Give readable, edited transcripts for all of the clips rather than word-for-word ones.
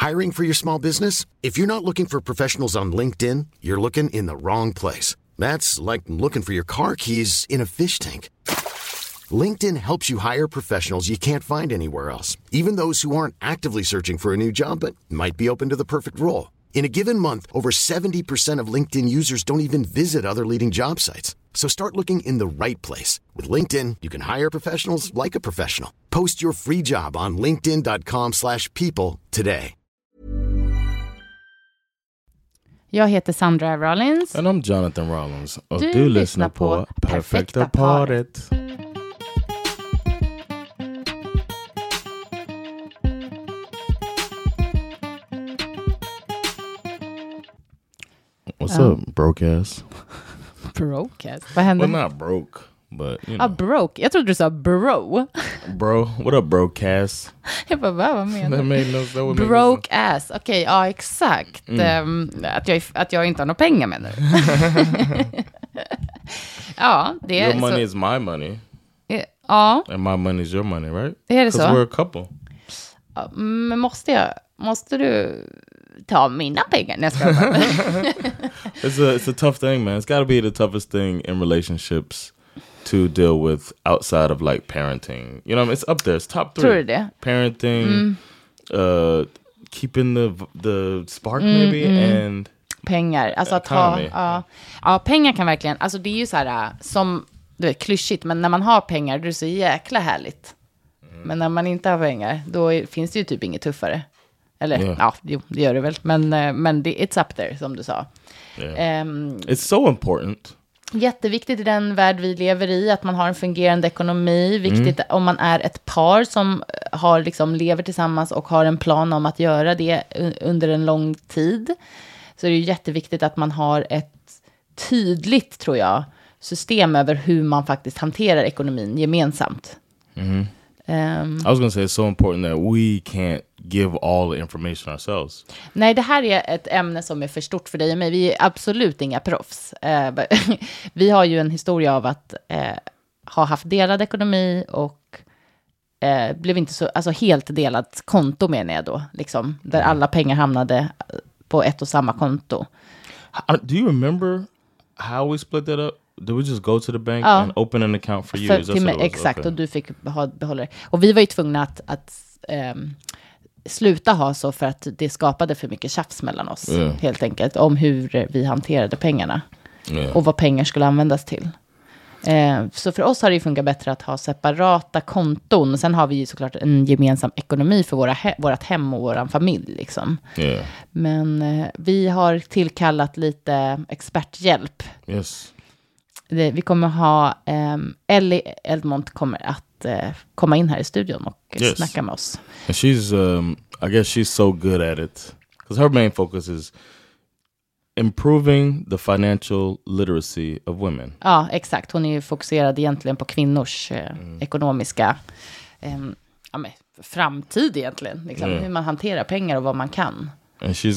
Hiring for your small business? If you're not looking for professionals on LinkedIn, you're looking in the wrong place. That's like looking for your car keys in a fish tank. LinkedIn helps you hire professionals you can't find anywhere else, even those who aren't actively searching for a new job but might be open to the perfect role. In a given month, over 70% of LinkedIn users don't even visit other leading job sites. So start looking in the right place. With LinkedIn, you can hire professionals like a professional. Post your free job on linkedin.com/people today. Jag heter Sandra Rollins. And I'm Jonathan Rollins. Och du lyssnar på Perfekta paret. What's up, broke ass? Broke ass? Vad hände? Well, not broke, but you know. Broke? Jag trodde du sa bro. Bro, what up, broke ass? Jag bara, vad menar That made no sense. Broke ass, okej, ja exakt. Att jag inte har några pengar, menar du? Ja, det är your money så. Is my money. Ja. And my money is your money, right? Är det så? 'Cause we're a couple. Men måste du ta mina pengar? Nej, jag ska It's a tough thing, man. It's got to be the toughest thing in relationships to deal with outside of like parenting. You know, it's up there. It's top 3. Tror du det? Parenting, keeping the spark maybe, and pengar. Alltså att ha pengar kan verkligen, alltså det är ju så här som du vet, klyschigt, men när man har pengar då är det så jäkla härligt. Men när man inte har pengar då finns det ju typ inget tuffare. Eller det gör det väl, men it's up there som du sa. It's so important. Jätteviktigt i den värld vi lever i att man har en fungerande ekonomi. Viktigt om man är ett par som har liksom lever tillsammans och har en plan om att göra det under en lång tid. Så det är ju jätteviktigt att man har ett tydligt, tror jag, system över hur man faktiskt hanterar ekonomin gemensamt. I was going to say it's so important that we can't give all the information ourselves. Nej, det här är ett ämne som är för stort för dig och mig. Vi är absolut inga proffs. Vi har ju en historia av att ha haft delad ekonomi och blev inte så, alltså helt delat konto, menar jag då, liksom, där alla pengar hamnade på ett och samma konto. Do you remember how we split that up? Did we just go to the bank and open an account for you? Exakt, okay. Och du fick behålla det. Och vi var ju tvungna att sluta ha så för att det skapade för mycket tjafs mellan oss, helt enkelt, om hur vi hanterade pengarna och vad pengar skulle användas till. Så för oss har det ju funkat bättre att ha separata konton. Och sen har vi ju såklart en gemensam ekonomi för vårat hem och våran familj, liksom. Men vi har tillkallat lite experthjälp. Yes. Vi kommer ha Ellie Eldmont kommer att komma in här i studion och snacka med oss. And she's, I guess she's so good at it. Because her main focus is improving the financial literacy of women. Ja, exakt. Hon är ju fokuserad egentligen på kvinnors ekonomiska framtid egentligen. Liksom, hur man hanterar pengar och vad man kan. And she is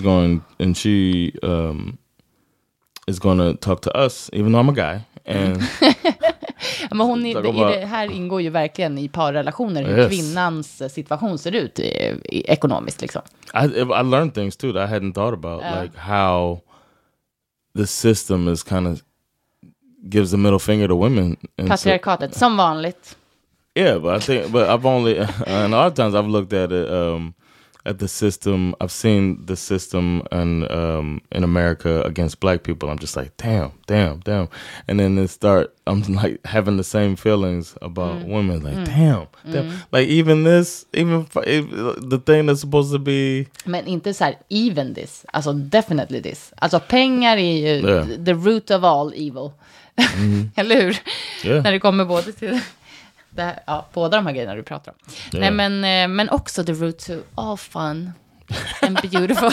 going to talk to us, even though I'm a guy. And men hon det här ingår ju verkligen i parrelationer hur kvinnans situation ser ut ekonomiskt, liksom. I learned things too that I hadn't thought about, like how the system is kind of gives the middle finger to women. Patriarkatet, som vanligt. Yeah, but I've only and a lot of times I've looked at it at the system. I've seen the system in America against black people. I'm just like, damn. And then I'm like having the same feelings about women. Like, damn. Like even the thing that's supposed to be. Men inte så här, even this. Alltså definitely this. Alltså pengar är ju the root of all evil. Eller hur? Yeah. När det kommer både till det här, båda de här grejerna du pratar om. Nej, men också the root to all fun and beautiful.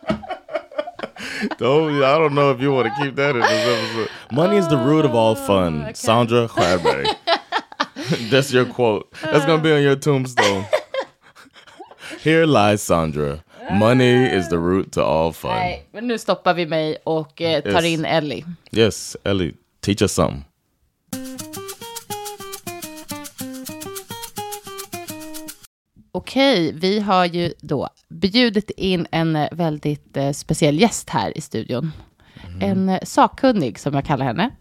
I don't know if you want to keep that in this episode. Money is the root of all fun. Okay. Sandra Skärberg. That's your quote. That's going to be on your tombstone. Here lies Sandra. Money is the root to all fun. Nej, men nu stoppar vi mig och tar in Ellie. Yes, Ellie, teach us something. Okej, vi har ju då bjudit in en väldigt speciell gäst här i studion. En sakkunnig som jag kallar henne.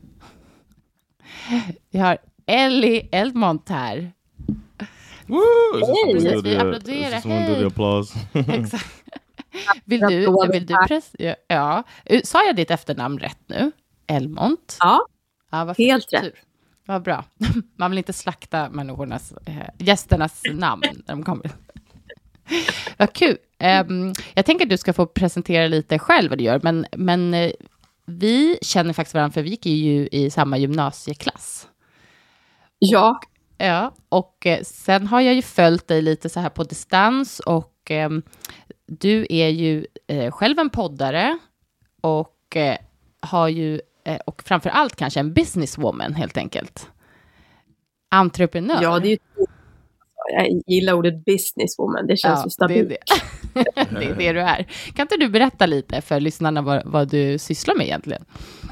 Vi har Ellie Eldmont här. Woo! Precis, vi applåderar. Hej! Exakt. Vill du ja. Sa jag ditt efternamn rätt nu? Eldmont? Ja, helt rätt. Vad bra. Man vill inte slakta gästernas namn när de kommer. Vad kul. Jag tänker att du ska få presentera lite själv vad du gör. Men vi känner faktiskt varandra för vi gick ju i samma gymnasieklass. Ja. Och sen har jag ju följt dig lite så här på distans. Och du är ju själv en poddare. Och har ju... och framför allt kanske en businesswoman helt enkelt. Entreprenör. Ja, det är ju... Jag gillar ordet businesswoman. Det känns så stabilt. Det är det du är. Kan inte du berätta lite för lyssnarna vad du sysslar med egentligen?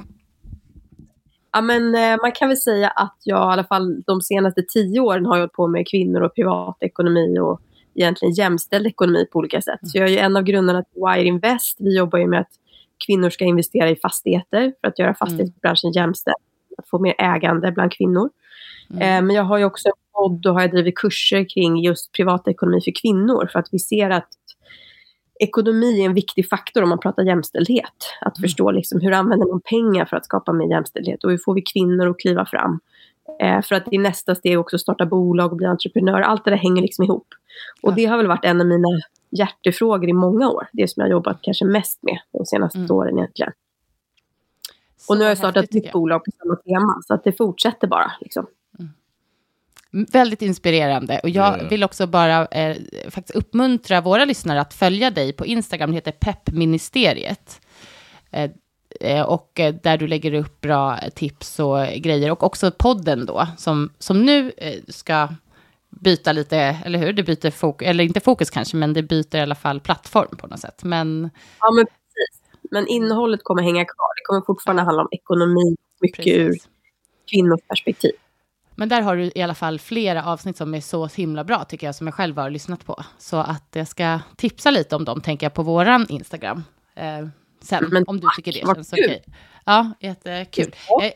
Ja, men man kan väl säga att jag i alla fall de senaste 10 åren har hållit på med kvinnor och privatekonomi och egentligen jämställd ekonomi på olika sätt. Så jag är ju en av grundarna till Wire Invest. Vi jobbar ju med att kvinnor ska investera i fastigheter för att göra fastighetsbranschen jämställd. Att få mer ägande bland kvinnor. Men jag har ju också en podd och har jag drivit kurser kring just privatekonomi för kvinnor. För att vi ser att ekonomi är en viktig faktor om man pratar jämställdhet. Att förstå liksom, hur använder man pengar för att skapa mer jämställdhet. Och hur får vi kvinnor att kliva fram. För att i nästa steg också starta bolag och bli entreprenör. Allt det där hänger liksom ihop. Och det har väl varit en av mina hjärtefrågor i många år. Det som jag har jobbat kanske mest med de senaste åren egentligen. Och nu har jag startat ett nytt bolag på samma tema. Så att det fortsätter bara liksom. Väldigt inspirerande. Och jag vill också bara faktiskt uppmuntra våra lyssnare att följa dig på Instagram. Det heter Peppministeriet. Och där du lägger upp bra tips och grejer. Och också podden då. Som nu ska byta lite, eller hur? Det byter fokus, eller inte fokus kanske, men det byter i alla fall plattform på något sätt. Men... Ja, men precis. Men innehållet kommer hänga kvar. Det kommer fortfarande handla om ekonomi, mycket ur kvinnors perspektiv. Men där har du i alla fall flera avsnitt som är så himla bra tycker jag, som jag själv har lyssnat på. Så att jag ska tipsa lite om dem, tänker jag, på våran Instagram. Sen, men om du tycker det känns okej. Ja, jättekul.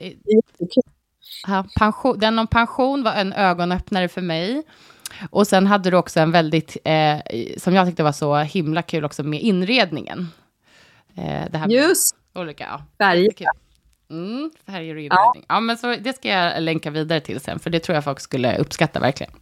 Den om pension var en ögonöppnare för mig. Och sen hade du också en väldigt, som jag tyckte var så himla kul också, med inredningen. Det här just olika färger. Färger och inredning. Ja, men så det ska jag länka vidare till sen, för det tror jag folk skulle uppskatta verkligen.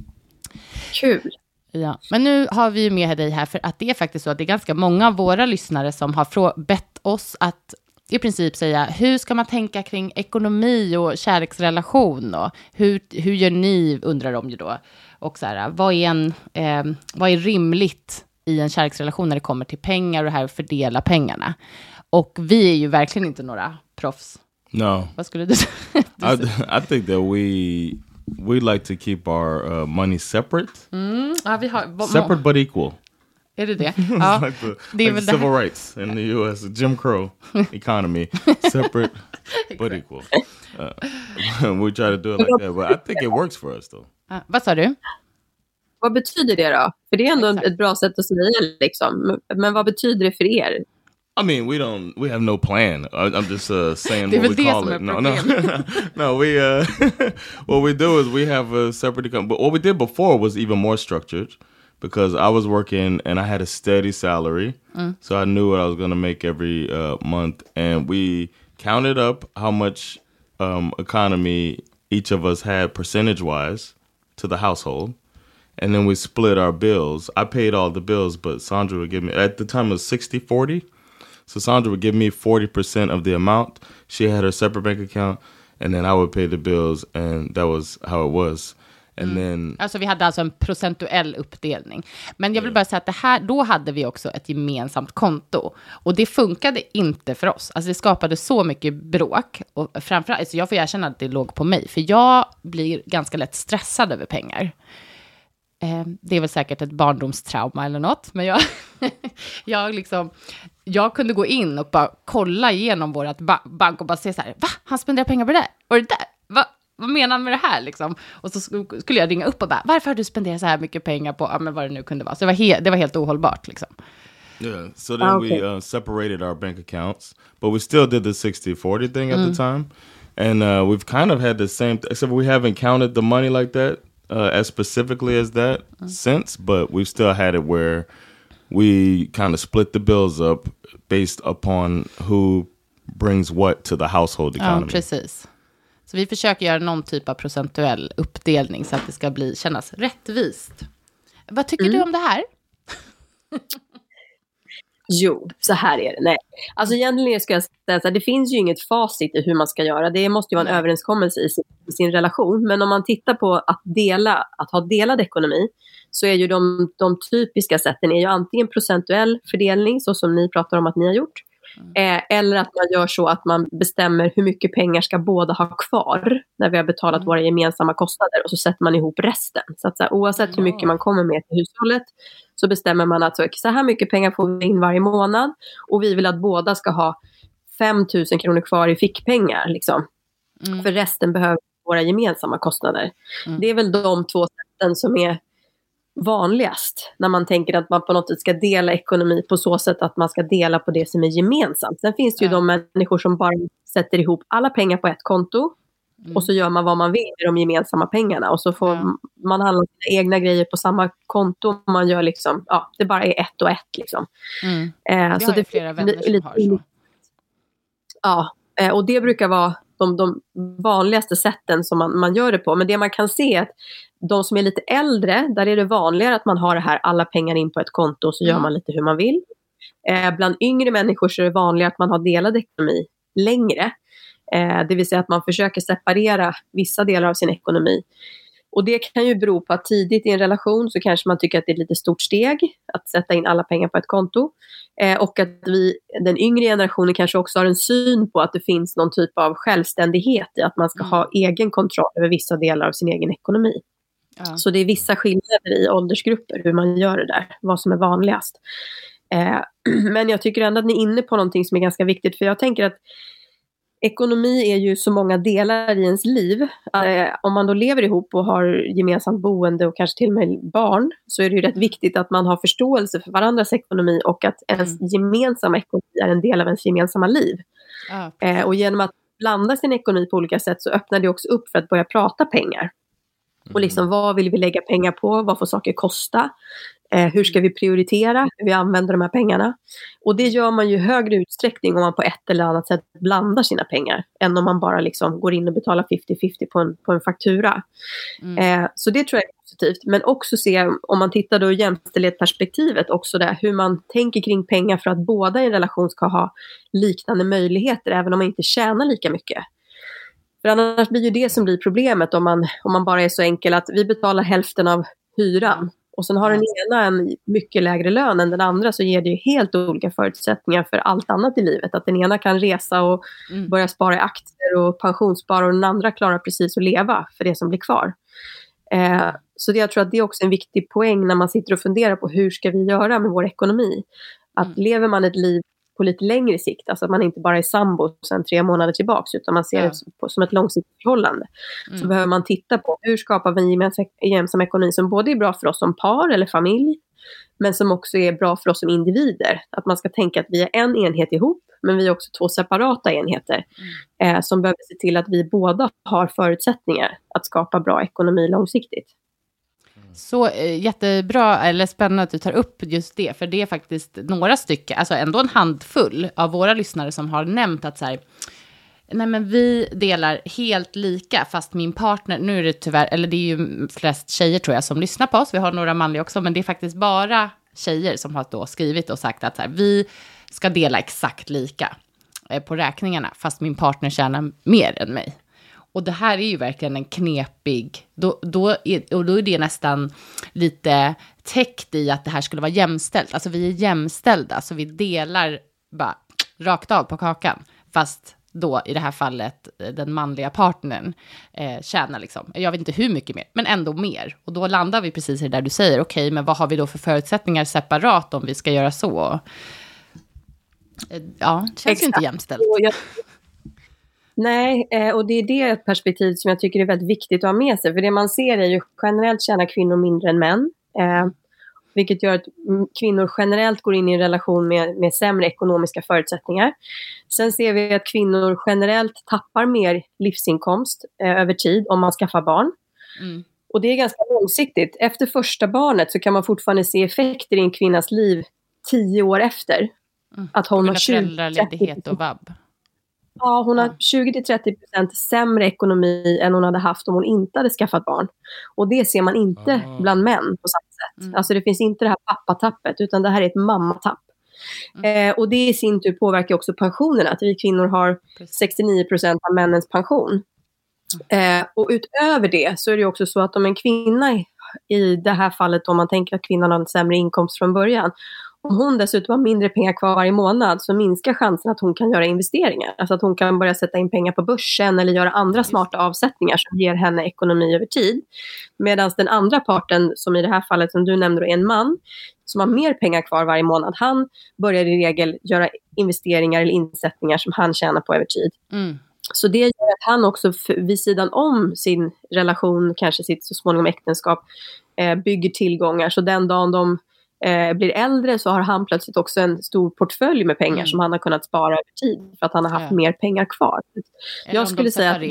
Kul. Ja, men nu har vi ju med dig här för att det är faktiskt så att det är ganska många av våra lyssnare som har bett oss att i princip säga, hur ska man tänka kring ekonomi och kärleksrelation och hur gör ni, undrar de ju då. Och så här, vad är rimligt i en kärleksrelation när det kommer till pengar och det här att fördela pengarna. Och vi är ju verkligen inte några proffs. No. Vad skulle du säga? I think that we like to keep our money separate. Ja, vi har separate but equal. Är det? Ja. Det är väl civil rights in the US, Jim Crow economy. Separate but equal. We try to do it like that, but I think it works for us though. Vad sa du? Vad betyder det då? För det är ändå ett bra sätt att säga liksom. Men vad betyder det för er? I mean, we have no plan. I'm just saying what we call it. No, we what we do is we have a separate account. But what we did before was even more structured because I was working and I had a steady salary, so I knew what I was going to make every month, and we counted up how much economy each of us had percentage-wise to the household. And then we split our bills. I paid all the bills, but Sandra would give me, at the time it was 60-40. So Sandra would give me 40% of the amount. She had her separate bank account, and then I would pay the bills, and that was how it was. And then... Alltså vi hade alltså en procentuell uppdelning. Men jag vill bara säga att då hade vi också ett gemensamt konto. Och det funkade inte för oss. Alltså det skapade så mycket bråk. Och framförallt, alltså jag får erkänna att det låg på mig. För jag blir ganska lätt stressad över pengar. Det är väl säkert ett barndomstrauma eller något. Men jag kunde gå in och bara kolla igenom vårat bank och bara se så här, va? Han spenderar pengar på det där? Och det där? Va? vad menar han med det här liksom? Och så skulle jag ringa upp och bara, varför har du spenderat så här mycket pengar på, ja men vad det nu kunde vara. Så det var helt ohållbart liksom. Yeah, so then we separated our bank accounts, but we still did the 60-40 thing at the time. And we've kind of had the same, except we haven't counted the money like that, as specifically as that since, but we've still had it where we kind of split the bills up based upon who brings what to the household economy. Ja, precis. Så vi försöker göra någon typ av procentuell uppdelning så att det ska kännas rättvist. Vad tycker du om det här? Jo, så här är det. Nej. Alltså egentligen ska jag säga att det finns ju inget facit i hur man ska göra. Det måste ju vara en överenskommelse i sin relation. Men om man tittar på att ha delad ekonomi, så är ju de typiska sätten är ju antingen procentuell fördelning, så som ni pratar om att ni har gjort. Eller att man gör så att man bestämmer hur mycket pengar ska båda ha kvar när vi har betalat våra gemensamma kostnader, och så sätter man ihop resten. Så att oavsett hur mycket man kommer med till hushållet, så bestämmer man att så här mycket pengar får vi in varje månad, och vi vill att båda ska ha 5 000 kronor kvar i fickpengar liksom. För resten behöver våra gemensamma kostnader. Det är väl de två sätten som är vanligast när man tänker att man på något sätt ska dela ekonomi, på så sätt att man ska dela på det som är gemensamt. Sen finns det ju de människor som bara sätter ihop alla pengar på ett konto och så gör man vad man vill med de gemensamma pengarna, och så får man handla sina egna grejer på samma konto. Man gör liksom, det bara är ett och ett liksom. Så det är flera vänner som har så. Ja, och det brukar vara de vanligaste sätten som man gör det på. Men det man kan se är att de som är lite äldre, där är det vanligare att man har det här alla pengar in på ett konto, och så gör man lite hur man vill. Bland yngre människor så är det vanligare att man har delad ekonomi längre. Det vill säga att man försöker separera vissa delar av sin ekonomi. Och det kan ju bero på att tidigt i en relation så kanske man tycker att det är ett lite stort steg att sätta in alla pengar på ett konto. Och att den yngre generationen kanske också har en syn på att det finns någon typ av självständighet i att man ska ha egen kontroll över vissa delar av sin egen ekonomi. Ja. Så det är vissa skillnader i åldersgrupper hur man gör det där, vad som är vanligast. Men jag tycker ändå att ni är inne på någonting som är ganska viktigt, för jag tänker att ekonomi är ju så många delar i ens liv. Om man då lever ihop och har gemensamt boende och kanske till och med barn, så är det ju rätt viktigt att man har förståelse för varandras ekonomi, och att ens gemensamma ekonomi är en del av ens gemensamma liv. Och genom att blanda sin ekonomi på olika sätt, så öppnar det också upp för att börja prata pengar. Och liksom, vad vill vi lägga pengar på? Vad får saker kosta? Hur ska vi prioritera? Hur vi använder de här pengarna? Och det gör man ju i högre utsträckning om man på ett eller annat sätt blandar sina pengar, än om man bara liksom går in och betalar 50-50 på en faktura. Så det tror jag är positivt. Men också se, om man tittar då i jämställdhetsperspektivet, också där hur man tänker kring pengar för att båda i en relation ska ha liknande möjligheter, även om man inte tjänar lika mycket. För annars blir ju det som blir problemet om man bara är så enkel att vi betalar hälften av hyran, och sen har den ena en mycket lägre lön än den andra, så ger det ju helt olika förutsättningar för allt annat i livet. Att den ena kan resa och börja spara i aktier och pensionsspara, och den andra klarar precis att leva för det som blir kvar. Så jag tror att det är också en viktig poäng när man sitter och funderar på hur ska vi göra med vår ekonomi. Att lever man ett liv på lite längre sikt, alltså att man inte bara är sambo sedan 3 månader tillbaks, utan man ser det som ett långsiktigt förhållande, så behöver man titta på hur skapar vi en gemensam ekonomi som både är bra för oss som par eller familj, men som också är bra för oss som individer. Att man ska tänka att vi är en enhet ihop, men vi är också 2 separata enheter som behöver se till att vi båda har förutsättningar att skapa bra ekonomi långsiktigt. Så jättebra, eller spännande att du tar upp just det, för det är faktiskt några stycken, alltså ändå en handfull av våra lyssnare som har nämnt att så här, nej men vi delar helt lika, fast min partner, nu är det tyvärr, eller det är ju flest tjejer tror jag som lyssnar på oss, vi har några manliga också, men det är faktiskt bara tjejer som har då skrivit och sagt att så här, vi ska dela exakt lika på räkningarna, fast min partner tjänar mer än mig. Och det här är ju verkligen en knepig, då är det nästan lite täckt i att det här skulle vara jämställt. Alltså vi är jämställda, så vi delar bara rakt av på kakan. Fast då i det här fallet den manliga partnern tjänar liksom, jag vet inte hur mycket mer, men ändå mer. Och då landar vi precis i det där du säger, okej, men vad har vi då för förutsättningar separat om vi ska göra så? Ja, det känns ju inte jämställt. Nej, och det är det perspektivet som jag tycker är väldigt viktigt att ha med sig. För det man ser är ju generellt tjänar kvinnor mindre än män. Vilket gör att kvinnor generellt går in i en relation med sämre ekonomiska förutsättningar. Sen ser vi att kvinnor generellt tappar mer livsinkomst över tid om man skaffar barn. Och det är ganska långsiktigt. Efter första barnet så kan man fortfarande se effekter i en kvinnas liv 10 år efter. Att hon har föräldraledighet och vab. Ja, hon har 20-30% sämre ekonomi än hon hade haft om hon inte hade skaffat barn. Och det ser man inte bland män på samma sätt. Alltså det finns inte det här pappatappet, utan det här är ett mammatapp. Och det i sin tur påverkar också pensionerna. Att vi kvinnor har 69% av männens pension. Och utöver det så är det också så att om en kvinna, i det här fallet om man tänker att kvinnan har en sämre inkomst från början, om hon dessutom har mindre pengar kvar varje månad så minskar chansen att hon kan göra investeringar. Alltså att hon kan börja sätta in pengar på börsen eller göra andra smarta avsättningar som ger henne ekonomi över tid. Medan den andra parten, som i det här fallet som du nämnde, är en man som har mer pengar kvar varje månad. Han börjar i regel göra investeringar eller insättningar som han tjänar på över tid. Så det gör att han också vid sidan om sin relation, kanske sitt så småningom äktenskap, bygger tillgångar. Så den dagen de blir äldre så har han plötsligt också en stor portfölj med pengar som han har kunnat spara över tid för att han har haft mer pengar kvar. Jag skulle säga att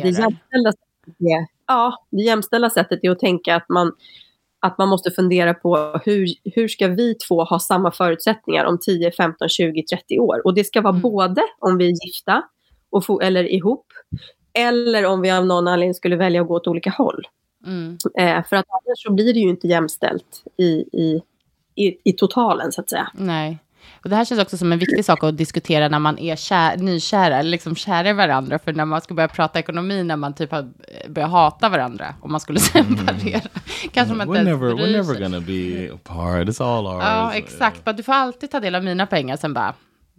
det jämställda sättet är att tänka att man måste fundera på hur ska vi två ha samma förutsättningar om 10, 15, 20, 30 år. Och det ska vara både om vi är gifta eller ihop, eller om vi av någon anledning skulle välja att gå åt olika håll. För att annars så blir det ju inte jämställt i totalen så att säga. Nej. Och det här känns också som en viktig sak att diskutera när man är nykära eller liksom kära i varandra. För när man ska börja prata ekonomi, när man typ börjar hata varandra, om man skulle separera. Kanske man we're never gonna be apart, it's all ours. Ja, exakt. Men du får alltid ta del av mina pengar, sen bara...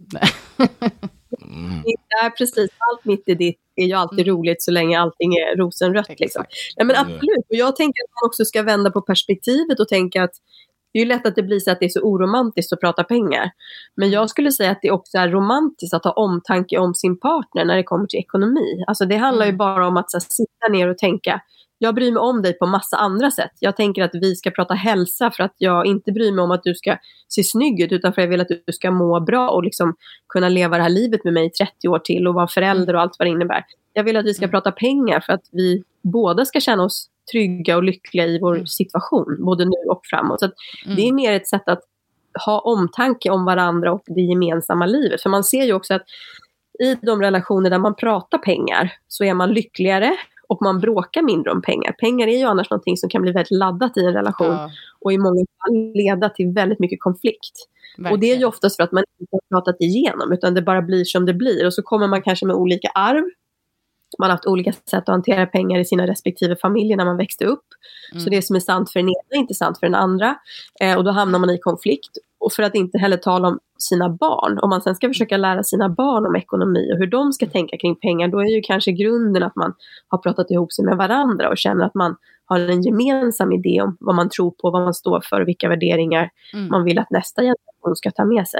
Ja, precis. Allt mitt är ditt är ju alltid roligt så länge allting är rosenrött. Liksom. Nej, men absolut. Och jag tänker att man också ska vända på perspektivet och tänka att det är ju lätt att det blir så att det är så oromantiskt att prata pengar. Men jag skulle säga att det också är romantiskt att ha omtanke om sin partner när det kommer till ekonomi. Alltså det handlar ju bara om att så, sitta ner och tänka, jag bryr mig om dig på massa andra sätt. Jag tänker att vi ska prata hälsa för att jag inte bryr mig om att du ska se snygg ut, utan för att jag vill att du ska må bra och liksom kunna leva det här livet med mig i 30 år till och vara förälder och allt vad det innebär. Jag vill att vi ska prata pengar för att vi båda ska känna oss trygga och lyckliga i vår situation, både nu och framåt. Så att det är mer ett sätt att ha omtanke om varandra och det gemensamma livet. För man ser ju också att i de relationer där man pratar pengar så är man lyckligare och man bråkar mindre om pengar. Pengar är ju annars någonting som kan bli väldigt laddat i en relation och i många fall leda till väldigt mycket konflikt. Verkligen. Och det är ju oftast för att man inte har pratat igenom, utan det bara blir som det blir. Och så kommer man kanske med olika arv. Man har haft olika sätt att hantera pengar i sina respektive familjer när man växte upp. Så det som är sant för den ena är inte sant för den andra. Och då hamnar man i konflikt. Och för att inte heller tala om sina barn. Om man sen ska försöka lära sina barn om ekonomi och hur de ska tänka kring pengar, då är ju kanske grunden att man har pratat ihop sig med varandra och känner att man har en gemensam idé om vad man tror på, vad man står för och vilka värderingar man vill att nästa generation ska ta med sig.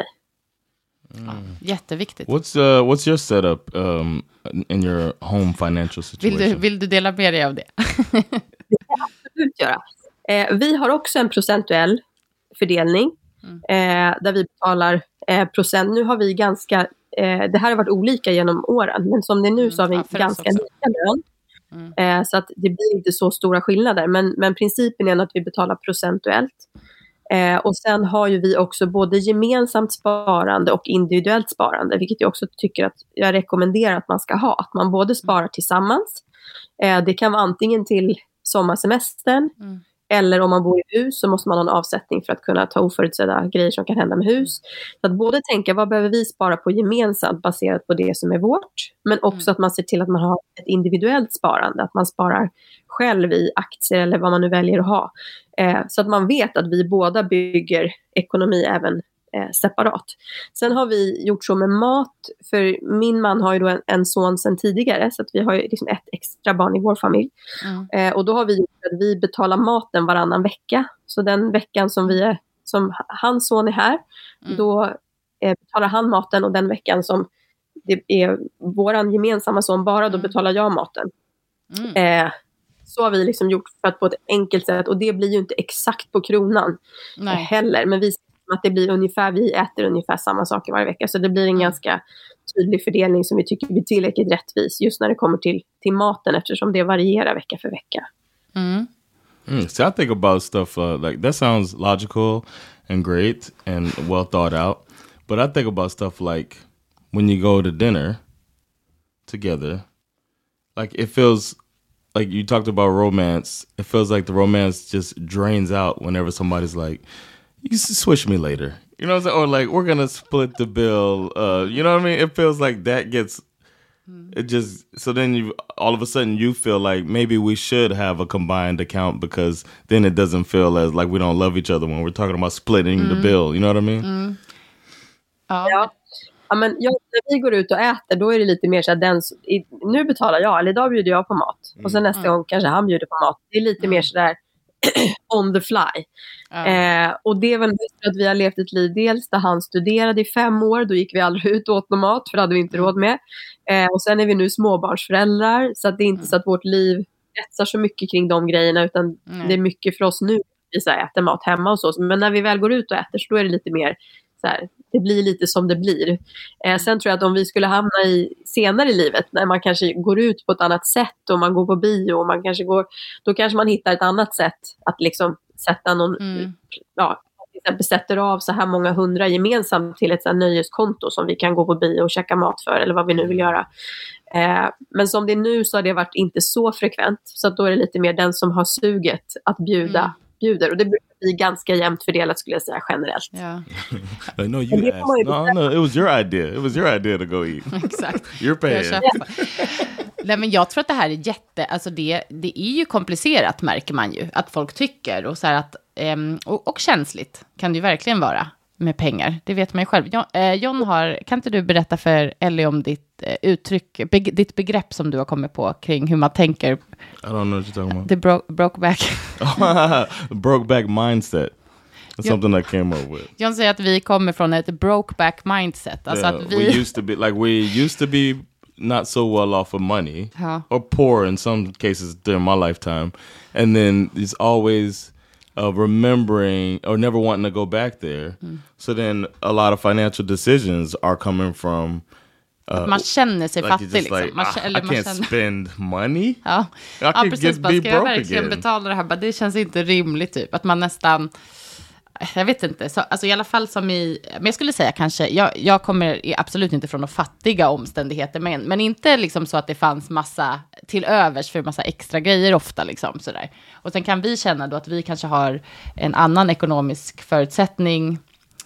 Jätteviktigt. What's your setup in your home financial situation? Vill du dela med dig av det? Det kan jag absolut göra. Vi har också en procentuell fördelning där vi betalar procent. Nu har vi ganska, det här har varit olika genom åren, men som det är nu så har vi ganska lika lön. Så att det blir inte så stora skillnader, men principen är att vi betalar procentuellt. Och sen har ju vi också både gemensamt sparande och individuellt sparande, vilket jag också tycker att jag rekommenderar att man ska ha. Att man både sparar tillsammans. Det kan vara antingen till sommarsemestern eller om man bor i hus så måste man ha en avsättning för att kunna ta oförutsedda grejer som kan hända med hus. Så att både tänka vad behöver vi spara på gemensamt baserat på det som är vårt, men också att man ser till att man har ett individuellt sparande, att man sparar själv i aktier eller vad man nu väljer att ha. Så att man vet att vi båda bygger ekonomi även separat. Sen har vi gjort så med mat, för min man har ju då en son sedan tidigare, så att vi har ju liksom ett extra barn i vår familj. Och då har vi gjort att vi betalar maten varannan vecka. Så den veckan som hans son är här, då betalar han maten, och den veckan som det är våran gemensamma son, bara då betalar jag maten. Så har vi liksom gjort för att på ett enkelt sätt, och det blir ju inte exakt på kronan heller, men vi att det blir ungefär, vi äter ungefär samma saker varje vecka, så det blir en ganska tydlig fördelning som vi tycker blir tillräckligt rättvis just när det kommer till maten, eftersom det varierar vecka för vecka. So I think about stuff like that sounds logical and great and well thought out, but I think about stuff like when you go to dinner together, like it feels like you talked about romance. It feels like the romance just drains out whenever somebody's like, you switch me later. You know what I'm saying? Or like, we're going to split the bill. You know what I mean? It feels like that gets, it just, so then all of a sudden you feel like maybe we should have a combined account, because then it doesn't feel as like we don't love each other when we're talking about splitting the bill. You know what I mean? Ja, men när vi går ut och äter, då är det lite mer så att nu betalar jag, eller idag bjuder jag på mat. Och sen nästa gång kanske han bjuder på mat. Det är lite mer så där on the fly. Och det är väl mest för att vi har levt ett liv, dels där han studerade i 5 år, då gick vi aldrig ut och åt någon mat, för det hade vi inte råd med. Och sen är vi nu småbarnsföräldrar, så att det är inte så att vårt liv etsar så mycket kring de grejerna, utan det är mycket för oss nu. Vi så här, äter mat hemma och så, men när vi väl går ut och äter, så då är det lite mer så här, det blir lite som det blir. Sen tror jag att om vi skulle hamna senare i livet, när man kanske går ut på ett annat sätt och man går på bio och man kanske då kanske man hittar ett annat sätt att liksom sätta någon, till exempel sätter av så här många 100 gemensamt till ett så här nöjeskonto som vi kan gå på bio och käka mat för, eller vad vi nu vill göra. Men som det är nu så har det varit inte så frekvent, så att då är det lite mer den som har suget att bjuder, och det brukar bli ganska jämnt fördelat, skulle jag säga, generellt. No, you asked. No, it was your idea. It was your idea to go eat. Exakt. You're paying. Nej, men jag tror att det här är alltså det är ju komplicerat, märker man ju, att folk tycker, och så här att och känsligt kan det ju verkligen vara med pengar. Det vet man ju själv. John, kan inte du berätta för Ellie om ditt uttryck, ditt begrepp som du har kommit på kring hur man tänker? I don't know what you're talking about. The broke back. Broke back mindset. That's something I came up with. John säger att vi kommer från ett broke back mindset. Alltså att we used to be not so well off of money, or poor in some cases during my lifetime, and then it's always remembering or never wanting to go back there. So then a lot of financial decisions are coming from man känner sig fattig liksom. Like, I can't spend money. I can precis, be ska jag verkligen betala det här? Det känns inte rimligt typ. Att man nästan, jag vet inte, så, alltså i alla fall som men jag skulle säga kanske, jag kommer absolut inte från några fattiga omständigheter, men inte liksom så att det fanns massa till övers för massa extra grejer ofta liksom sådär. Och sen kan vi känna då att vi kanske har en annan ekonomisk förutsättning,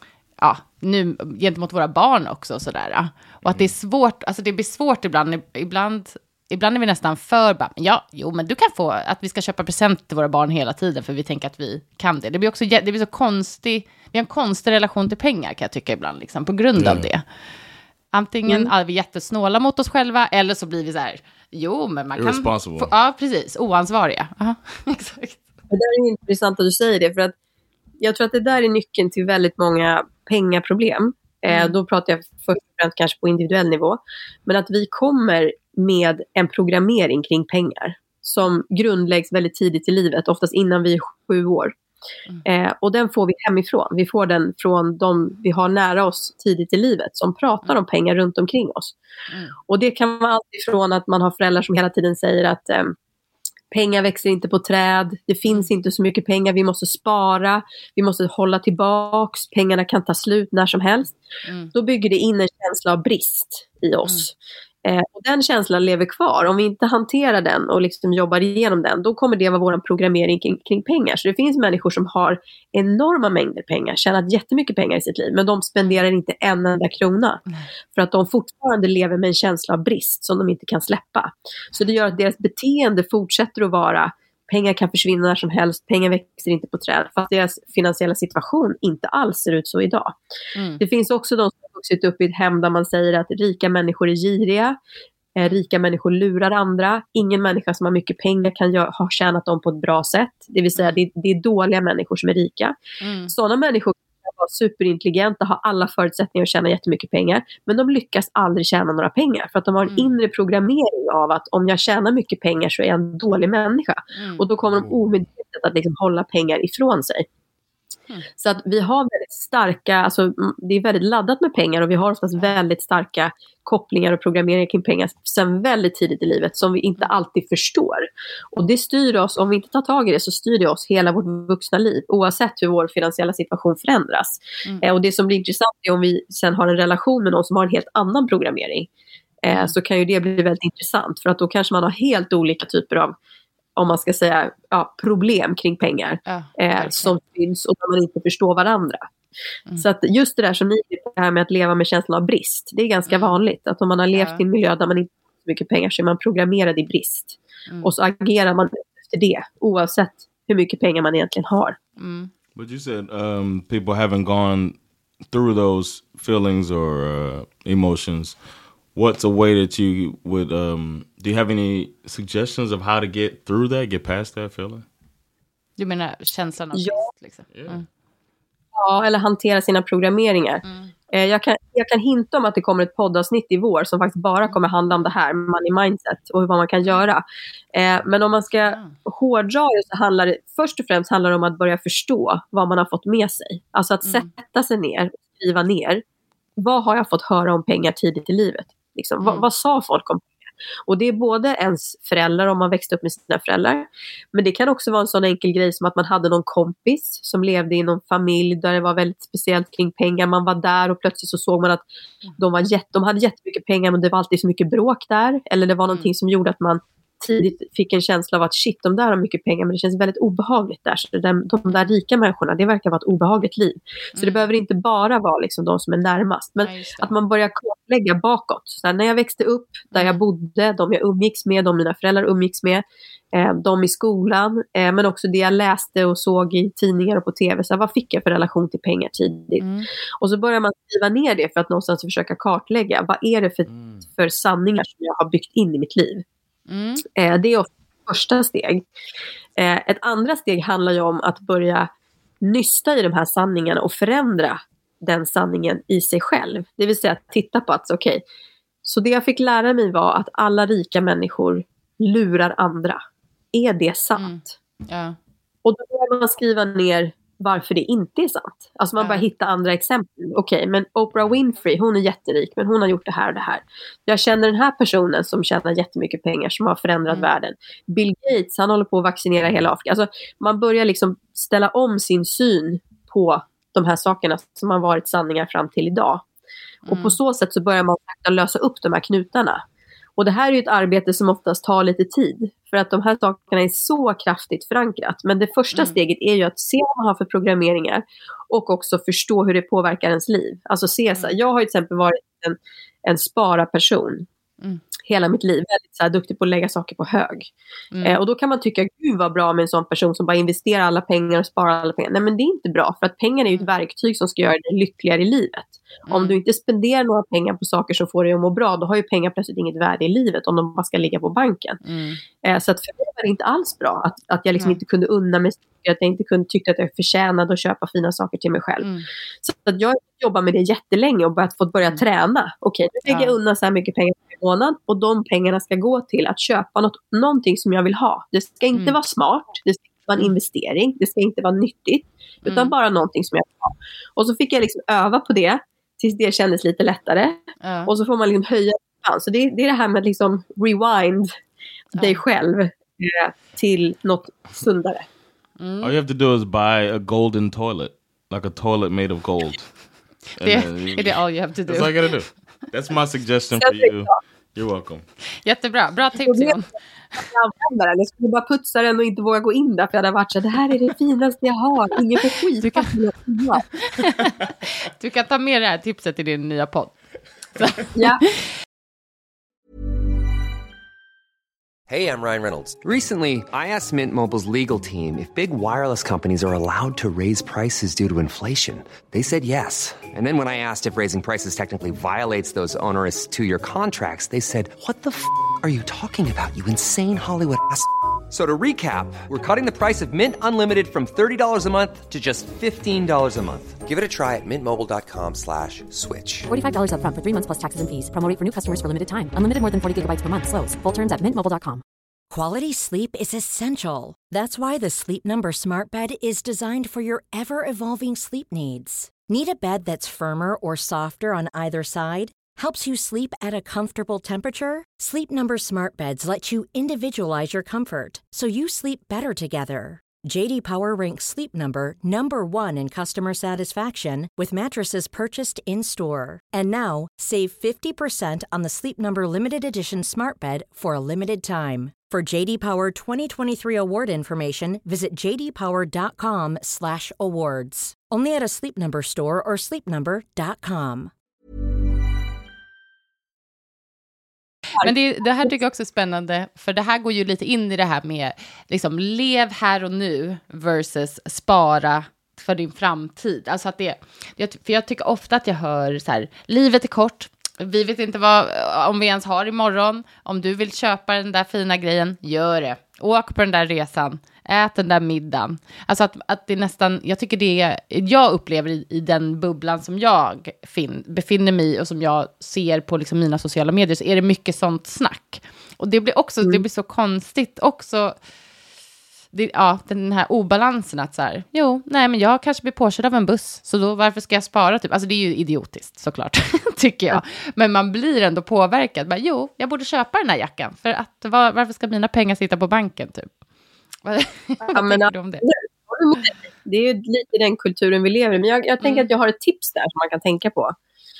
nu gentemot våra barn också sådär. Och att det är svårt, alltså det blir svårt ibland är vi nästan för men du kan få att vi ska köpa present till våra barn hela tiden för vi tänker att vi kan det. Det blir så konstigt. Vi har en konstig relation till pengar, kan jag tycka ibland liksom, på grund av det. Antingen är vi jättesnåla mot oss själva, eller så blir vi så här, men man kan precis, oansvariga. Exakt. Det där är intressant att du säger det, för att jag tror att det där är nyckeln till väldigt många pengaproblem. Då pratar jag först och främst kanske på individuell nivå. Men att vi kommer med en programmering kring pengar som grundläggs väldigt tidigt i livet, oftast innan vi är 7 år. Och den får vi hemifrån. Vi får den från de vi har nära oss tidigt i livet, som pratar om pengar runt omkring oss. Och det kan vara allt ifrån att man har föräldrar som hela tiden säger att pengar växer inte på träd, det finns inte så mycket pengar, vi måste spara, vi måste hålla tillbaks, pengarna kan ta slut när som helst. Då bygger det in en känsla av brist i oss. Och den känslan lever kvar. Om vi inte hanterar den och liksom jobbar igenom den, då kommer det vara vår programmering kring pengar. Så det finns människor som har enorma mängder pengar, tjänat jättemycket pengar i sitt liv, men de spenderar inte en enda krona. För att de fortfarande lever med en känsla av brist som de inte kan släppa. Så det gör att deras beteende fortsätter att vara: pengar kan försvinna när som helst, pengar växer inte på träd, fast deras finansiella situation inte alls ser ut så idag. Det finns också de som har vuxit upp i ett hem där man säger att rika människor är giriga, rika människor lurar andra, ingen människa som har mycket pengar kan ha tjänat dem på ett bra sätt. Det vill säga det är dåliga människor som är rika. Sådana människor vara superintelligenta, ha alla förutsättningar att tjäna jättemycket pengar. Men de lyckas aldrig tjäna några pengar. För att de har en inre programmering av att om jag tjänar mycket pengar så är jag en dålig människa. Och då kommer de omedvetet att liksom hålla pengar ifrån sig. Så att vi har väldigt starka, alltså det är väldigt laddat med pengar och vi har oftast väldigt starka kopplingar och programmeringar kring pengar sen väldigt tidigt i livet som vi inte alltid förstår. Och det styr oss, om vi inte tar tag i det så styr det oss hela vårt vuxna liv oavsett hur vår finansiella situation förändras. Och det som blir intressant är om vi sen har en relation med någon som har en helt annan programmering så kan ju det bli väldigt intressant för att då kanske man har helt olika typer av, om man ska säga, problem kring pengar som finns och där man inte förstår varandra. Så att just det där som ni det här med att leva med känslan av brist, det är ganska vanligt att om man har levt i en miljö där man inte har så mycket pengar så är man programmerad i brist. Och så agerar man efter det oavsett hur mycket pengar man egentligen har. But you said people haven't gone through those feelings or emotions. What's a way that you would, do you have any suggestions of how to get through that, get past that feeling? Du menar känslan av brist liksom? Ja, eller hantera sina programmeringar. Jag kan hinta om att det kommer ett poddavsnitt i vår som faktiskt bara kommer handla om det här, money mindset och vad man kan göra. Men om man ska hårdra det så handlar det först och främst om att börja förstå vad man har fått med sig. Alltså att sätta sig ner och skriva ner. Vad har jag fått höra om pengar tidigt i livet? Liksom, vad sa folk om pengar? Och det är både ens föräldrar om man växte upp med sina föräldrar. Men det kan också vara en sån enkel grej som att man hade någon kompis som levde i någon familj där det var väldigt speciellt kring pengar. Man var där och plötsligt så såg man att de hade jättemycket pengar men det var alltid så mycket bråk där. Eller det var någonting som gjorde att man tidigt fick en känsla av att shit, de där har mycket pengar men det känns väldigt obehagligt där. Så de där rika människorna, det verkar vara ett obehagligt liv. Så det behöver inte bara vara liksom de som är närmast. Men att man börjar kartlägga bakåt. Så här, när jag växte upp, där jag bodde, de jag umgicks med, de mina föräldrar umgicks med, de i skolan, men också det jag läste och såg i tidningar och på tv. Så här, vad fick jag för relation till pengar tidigt? Och så börjar man skriva ner det för att någonstans försöka kartlägga. Vad är det för sanningar som jag har byggt in i mitt liv? Det är ofta första steg. Ett andra steg handlar ju om att börja nysta i de här sanningarna och förändra den sanningen i sig själv. Det vill säga att titta på att så det jag fick lära mig var att alla rika människor lurar andra. Är det sant? Och då börjar man skriva ner varför det inte är sant. Alltså man börjar hitta andra exempel. Okej, men Oprah Winfrey, hon är jätterik men hon har gjort det här och det här. Jag känner den här personen som tjänar jättemycket pengar som har förändrat världen. Bill Gates, han håller på att vaccinera hela Afrika. Alltså man börjar liksom ställa om sin syn på de här sakerna som har varit sanningar fram till idag. Och på så sätt så börjar man lösa upp de här knutarna. Och det här är ju ett arbete som oftast tar lite tid. För att de här sakerna är så kraftigt förankrat. Men det första steget är ju att se vad man har för programmeringar. Och också förstå hur det påverkar ens liv. Alltså se så här, jag har ju till exempel varit en spara-person. Hela mitt liv. Väldigt så här, duktig på att lägga saker på hög. Och då kan man tycka, gud vad bra med en sån person som bara investerar alla pengar och sparar alla pengar. Nej men det är inte bra. För att pengar är ju ett verktyg som ska göra dig lyckligare i livet. Om du inte spenderar några pengar på saker som får dig att må bra, då har ju pengar plötsligt inget värde i livet om de bara ska ligga på banken. Så att för mig var det inte alls bra att jag liksom inte kunde unna mig, att jag inte kunde tycka att jag förtjänade att köpa fina saker till mig själv. Så att jag jobbar med det jättelänge och fått börja träna. Okej, nu lägger jag undan så här mycket pengar per månad och de pengarna ska gå till att köpa någonting som jag vill ha. Det ska inte vara smart, det ska inte vara en investering, det ska inte vara nyttigt, utan bara någonting som jag vill ha. Och så fick jag liksom öva på det tills det kändes lite lättare. Och så får man liksom höja. Så det är det här med att liksom rewind dig själv till något sundare. All you have to do is buy a golden toilet. Like a toilet made of gold. Är det all you have to do? That's all I gotta do. That's my suggestion for you. You're welcome. Jättebra. Bra tips, John. Jag skulle bara putsa den och inte våga gå in där. För jag hade varit så, det här är det finaste jag har. Ingen får skit. Du kan ta med det här tipset i din nya podd. Ja. Hey, I'm Ryan Reynolds. Recently, I asked Mint Mobile's legal team if big wireless companies are allowed to raise prices due to inflation. They said yes. And then when I asked if raising prices technically violates those onerous two-year contracts, they said, what the f*** are you talking about, you insane Hollywood ass f- So to recap, we're cutting the price of Mint Unlimited from $30 a month to just $15 a month. Give it a try at mintmobile.com/switch. $45 up front for 3 months plus taxes and fees. Promo rate for new customers for limited time. Unlimited more than 40 gigabytes per month. Slows full terms at mintmobile.com. Quality sleep is essential. That's why the Sleep Number Smart Bed is designed for your ever-evolving sleep needs. Need a bed that's firmer or softer on either side? Helps you sleep at a comfortable temperature? Sleep Number Smart Beds let you individualize your comfort, so you sleep better together. JD Power ranks Sleep Number #1 in customer satisfaction with mattresses purchased in-store. And now, save 50% on the Sleep Number Limited Edition Smart Bed for a limited time. For JD Power 2023 award information, visit jdpower.com/awards. Only at a Sleep Number store or sleepnumber.com. Men det här tycker jag också är spännande, för det här går ju lite in i det här med liksom lev här och nu versus spara för din framtid. Alltså att för jag tycker ofta att jag hör så här, livet är kort, vi vet inte om vi ens har imorgon, om du vill köpa den där fina grejen, gör det. Åk på den där resan, ät den där middagen. Alltså att det nästan, jag tycker jag upplever i den bubblan som jag befinner mig i och som jag ser på liksom mina sociala medier, så är det mycket sånt snack. Och det blir också, det blir så konstigt också, den här obalansen att så här, men jag kanske blir påkörd av en buss, så då varför ska jag spara typ? Alltså det är ju idiotiskt såklart, tycker jag. Men man blir ändå påverkad. Jag borde köpa den här jackan, för att varför ska mina pengar sitta på banken typ? Vad tänker du om det? Det är ju lite den kulturen vi lever i. Men jag tänker att jag har ett tips där som man kan tänka på.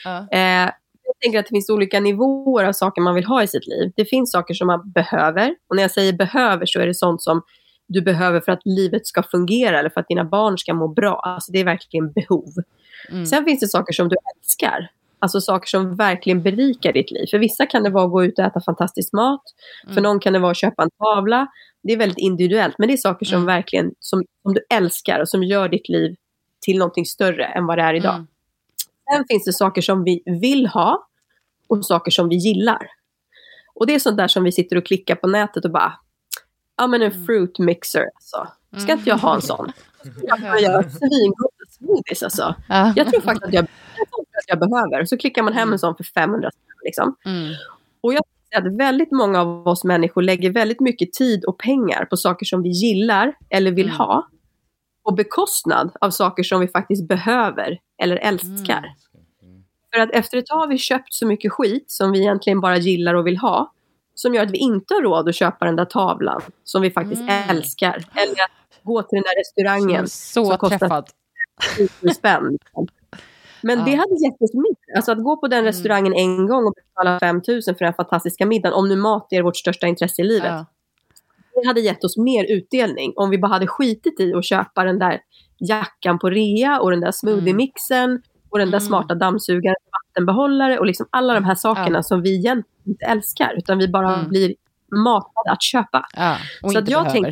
Jag tänker att det finns olika nivåer av saker man vill ha i sitt liv. Det finns saker som man behöver. Och när jag säger behöver så är det sånt som du behöver för att livet ska fungera eller för att dina barn ska må bra. Alltså det är verkligen behov. Sen finns det saker som du älskar. Alltså saker som verkligen berikar ditt liv. För vissa kan det vara att gå ut och äta fantastisk mat. För någon kan det vara att köpa en tavla. Det är väldigt individuellt. Men det är saker som verkligen som du älskar och som gör ditt liv till någonting större än vad det är idag. Sen finns det saker som vi vill ha och saker som vi gillar. Och det är sånt där som vi sitter och klickar på nätet och bara, men en fruit mixer alltså. Ska inte jag ha en sån? Jag gör svingoda smoothies alltså. Jag tror faktiskt att jag behöver. Så klickar man hem en sån för 500 liksom. Och jag ser att väldigt många av oss människor lägger väldigt mycket tid och pengar på saker som vi gillar eller vill ha. På bekostnad av saker som vi faktiskt behöver eller älskar. För att efter ett tag har vi köpt så mycket skit som vi egentligen bara gillar och vill ha. Som gör att vi inte har råd att köpa den där tavlan som vi faktiskt älskar. Eller att gå till den där restaurangen som kostar 10 spänn. Men det hade gett oss mer. Alltså att gå på den restaurangen en gång och betala 5 000 för den fantastiska middagen. Om nu mat är vårt största intresse i livet. Det hade gett oss mer utdelning. Om vi bara hade skitit i att köpa den där jackan på rea. Och den där smoothie-mixen. Och den där smarta dammsugaren, vattenbehållare. Och liksom alla de här sakerna som vi egentligen inte älskar. Utan vi bara blir matade att köpa. Och så att jag tänker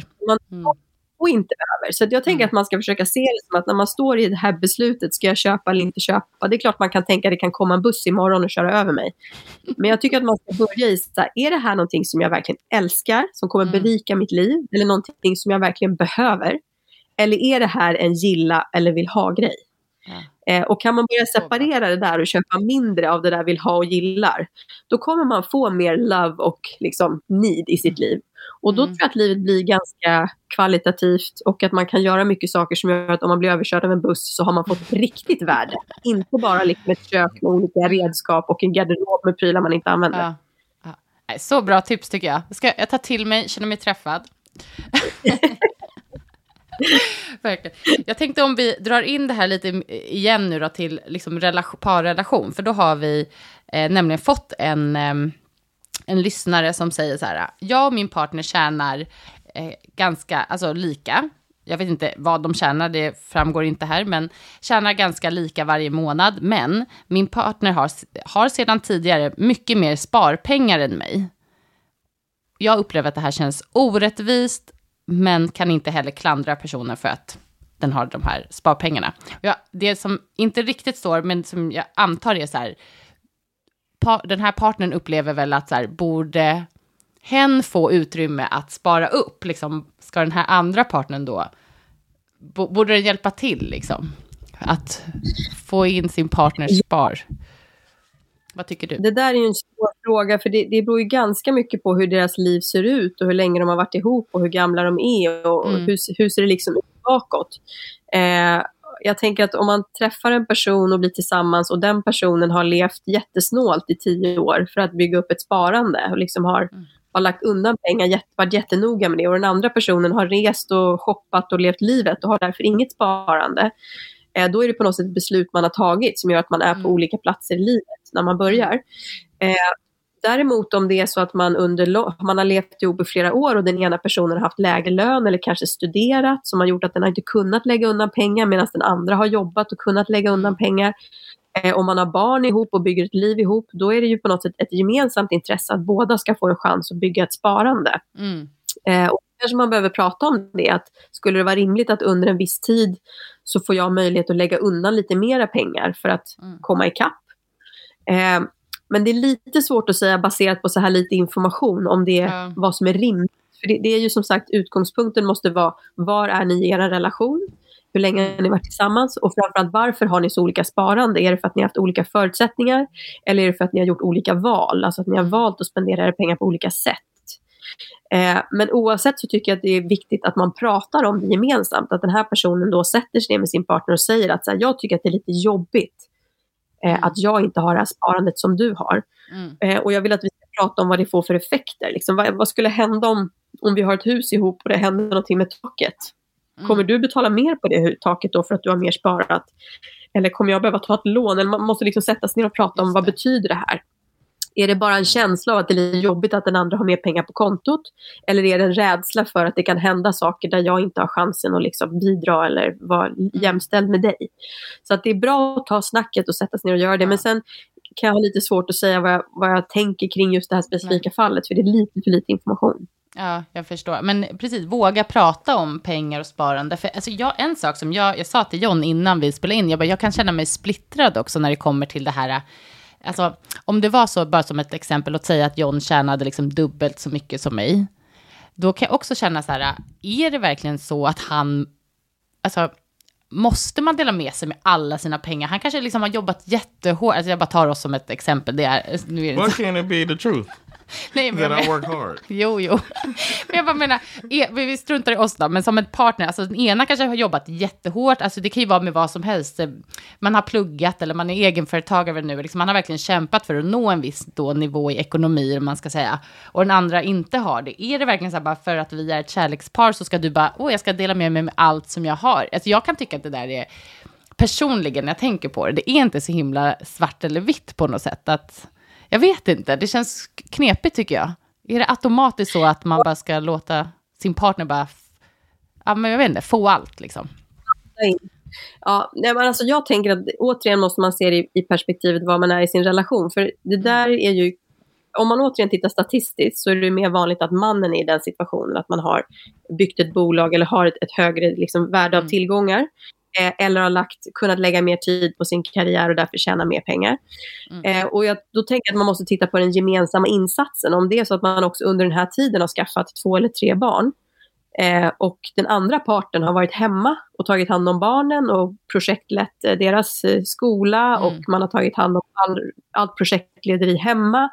och inte behöver. Så att jag tänker att man ska försöka se det som att när man står i det här beslutet, ska jag köpa eller inte köpa? Det är klart man kan tänka att det kan komma en buss imorgon och köra över mig. Men jag tycker att man ska börja i så här, är det här någonting som jag verkligen älskar, som kommer berika mitt liv, eller någonting som jag verkligen behöver? Eller är det här en gilla eller vill ha-grej? Och kan man börja separera det där och köpa mindre av det där vill ha och gillar, då kommer man få mer love och liksom need i sitt liv. Och då tror jag att livet blir ganska kvalitativt och att man kan göra mycket saker som gör att om man blir överkörd av en buss så har man fått riktigt värde. Inte bara liksom ett kök med olika redskap och en garderob med prylar man inte använder. Så bra tips tycker jag. Jag tar till mig, känner mig träffad. Verkligen. Jag tänkte om vi drar in det här lite igen nu då till liksom parrelation. För då har vi nämligen fått en lyssnare som säger så här: jag och min partner tjänar ganska lika. Jag vet inte vad de tjänar, det framgår inte här, men tjänar ganska lika varje månad. Men min partner har sedan tidigare mycket mer sparpengar än mig. Jag upplever att det här känns orättvist, men kan inte heller klandra personen för att den har de här sparpengarna. Det som inte riktigt står, men som jag antar är så här, den här partnern upplever väl att så här, borde hen få utrymme att spara upp? Liksom, ska den här andra partnern då, borde den hjälpa till liksom? Att få in sin partners spar? Vad tycker du? Det där är ju en svår fråga, för det beror ju ganska mycket på hur deras liv ser ut och hur länge de har varit ihop och hur gamla de är och hur ser det liksom ut bakåt. Jag tänker att om man träffar en person och blir tillsammans och den personen har levt jättesnålt i 10 år för att bygga upp ett sparande och liksom har lagt undan pengar, varit jättenoga med det, och den andra personen har rest och shoppat och levt livet och har därför inget sparande, då är det på något sätt ett beslut man har tagit som gör att man är på olika platser i livet när man börjar. Däremot om det är så att man har levt ihop i flera år och den ena personen har haft lägre lön eller kanske studerat som har gjort att den har inte kunnat lägga undan pengar medan den andra har jobbat och kunnat lägga undan pengar. Om man har barn ihop och bygger ett liv ihop, då är det ju på något sätt ett gemensamt intresse att båda ska få en chans att bygga ett sparande. Och kanske man behöver prata om det, att skulle det vara rimligt att under en viss tid så får jag möjlighet att lägga undan lite mera pengar för att komma ikapp. Men det är lite svårt att säga baserat på så här lite information om det vad som är rimligt. För det är ju som sagt, utgångspunkten måste vara, var är ni i er relation? Hur länge har ni varit tillsammans? Och framförallt, varför har ni så olika sparande? Är det för att ni har haft olika förutsättningar? Eller är det för att ni har gjort olika val? Alltså att ni har valt att spendera era pengar på olika sätt. Men oavsett så tycker jag att det är viktigt att man pratar om det gemensamt. Att den här personen då sätter sig ner med sin partner och säger att så här, jag tycker att det är lite jobbigt att jag inte har det här sparandet som du har. Och jag vill att vi ska prata om vad det får för effekter. Liksom, vad skulle hända om vi har ett hus ihop och det händer någonting med taket? Kommer du betala mer på det taket då för att du har mer sparat? Eller kommer jag behöva ta ett lån? Eller man måste liksom sätta sig ner och prata om vad betyder det här? Är det bara en känsla av att det är lite jobbigt att den andra har mer pengar på kontot? Eller är det en rädsla för att det kan hända saker där jag inte har chansen att liksom bidra eller vara jämställd med dig? Så att det är bra att ta snacket och sätta sig ner och göra det. Men sen kan jag ha lite svårt att säga vad jag tänker kring just det här specifika fallet. För det är lite för lite information. Ja, jag förstår. Men precis, våga prata om pengar och sparande. För alltså en sak som jag sa till John innan vi spelade in, jag kan känna mig splittrad också när det kommer till det här. Alltså, om det var så, bara som ett exempel, att säga att John tjänade liksom dubbelt så mycket som mig, då kan jag också känna så här, är det verkligen så att han, alltså, måste man dela med sig med alla sina pengar? Han kanske liksom har jobbat jättehårt, alltså jag bara tar oss som ett exempel, det är, nu är det Why can't it be the truth? Nej, men that I work hard. Jo. Men jag bara menar, vi struntar i oss då, men som ett partner, alltså den ena kanske har jobbat jättehårt, alltså det kan ju vara med vad som helst. Man har pluggat eller man är egenföretagare nu, liksom man har verkligen kämpat för att nå en viss då nivå i ekonomi, om man ska säga. Och den andra inte har det. Är det verkligen så här, bara för att vi är ett kärlekspar så ska du bara, jag ska dela med mig med allt som jag har. Alltså jag kan tycka att det där är, personligen när jag tänker på det är inte så himla svart eller vitt på något sätt, att jag vet inte, det känns knepigt tycker jag. Är det automatiskt så att man bara ska låta sin partner bara, men jag vet inte, få allt liksom? Ja, men alltså jag tänker att återigen måste man se det i perspektivet vad man är i sin relation. För det där är ju, om man återigen tittar statistiskt så är det mer vanligt att mannen är i den situationen, att man har byggt ett bolag eller har ett högre liksom värde av tillgångar. Eller har kunnat lägga mer tid på sin karriär och därför tjäna mer pengar. Och då tänker jag att man måste titta på den gemensamma insatsen. Om det är så att man också under den här tiden har skaffat 2 eller 3 barn. Och den andra parten har varit hemma och tagit hand om barnen och projektlett deras skola. Och man har tagit hand om allt projektlederi hemma.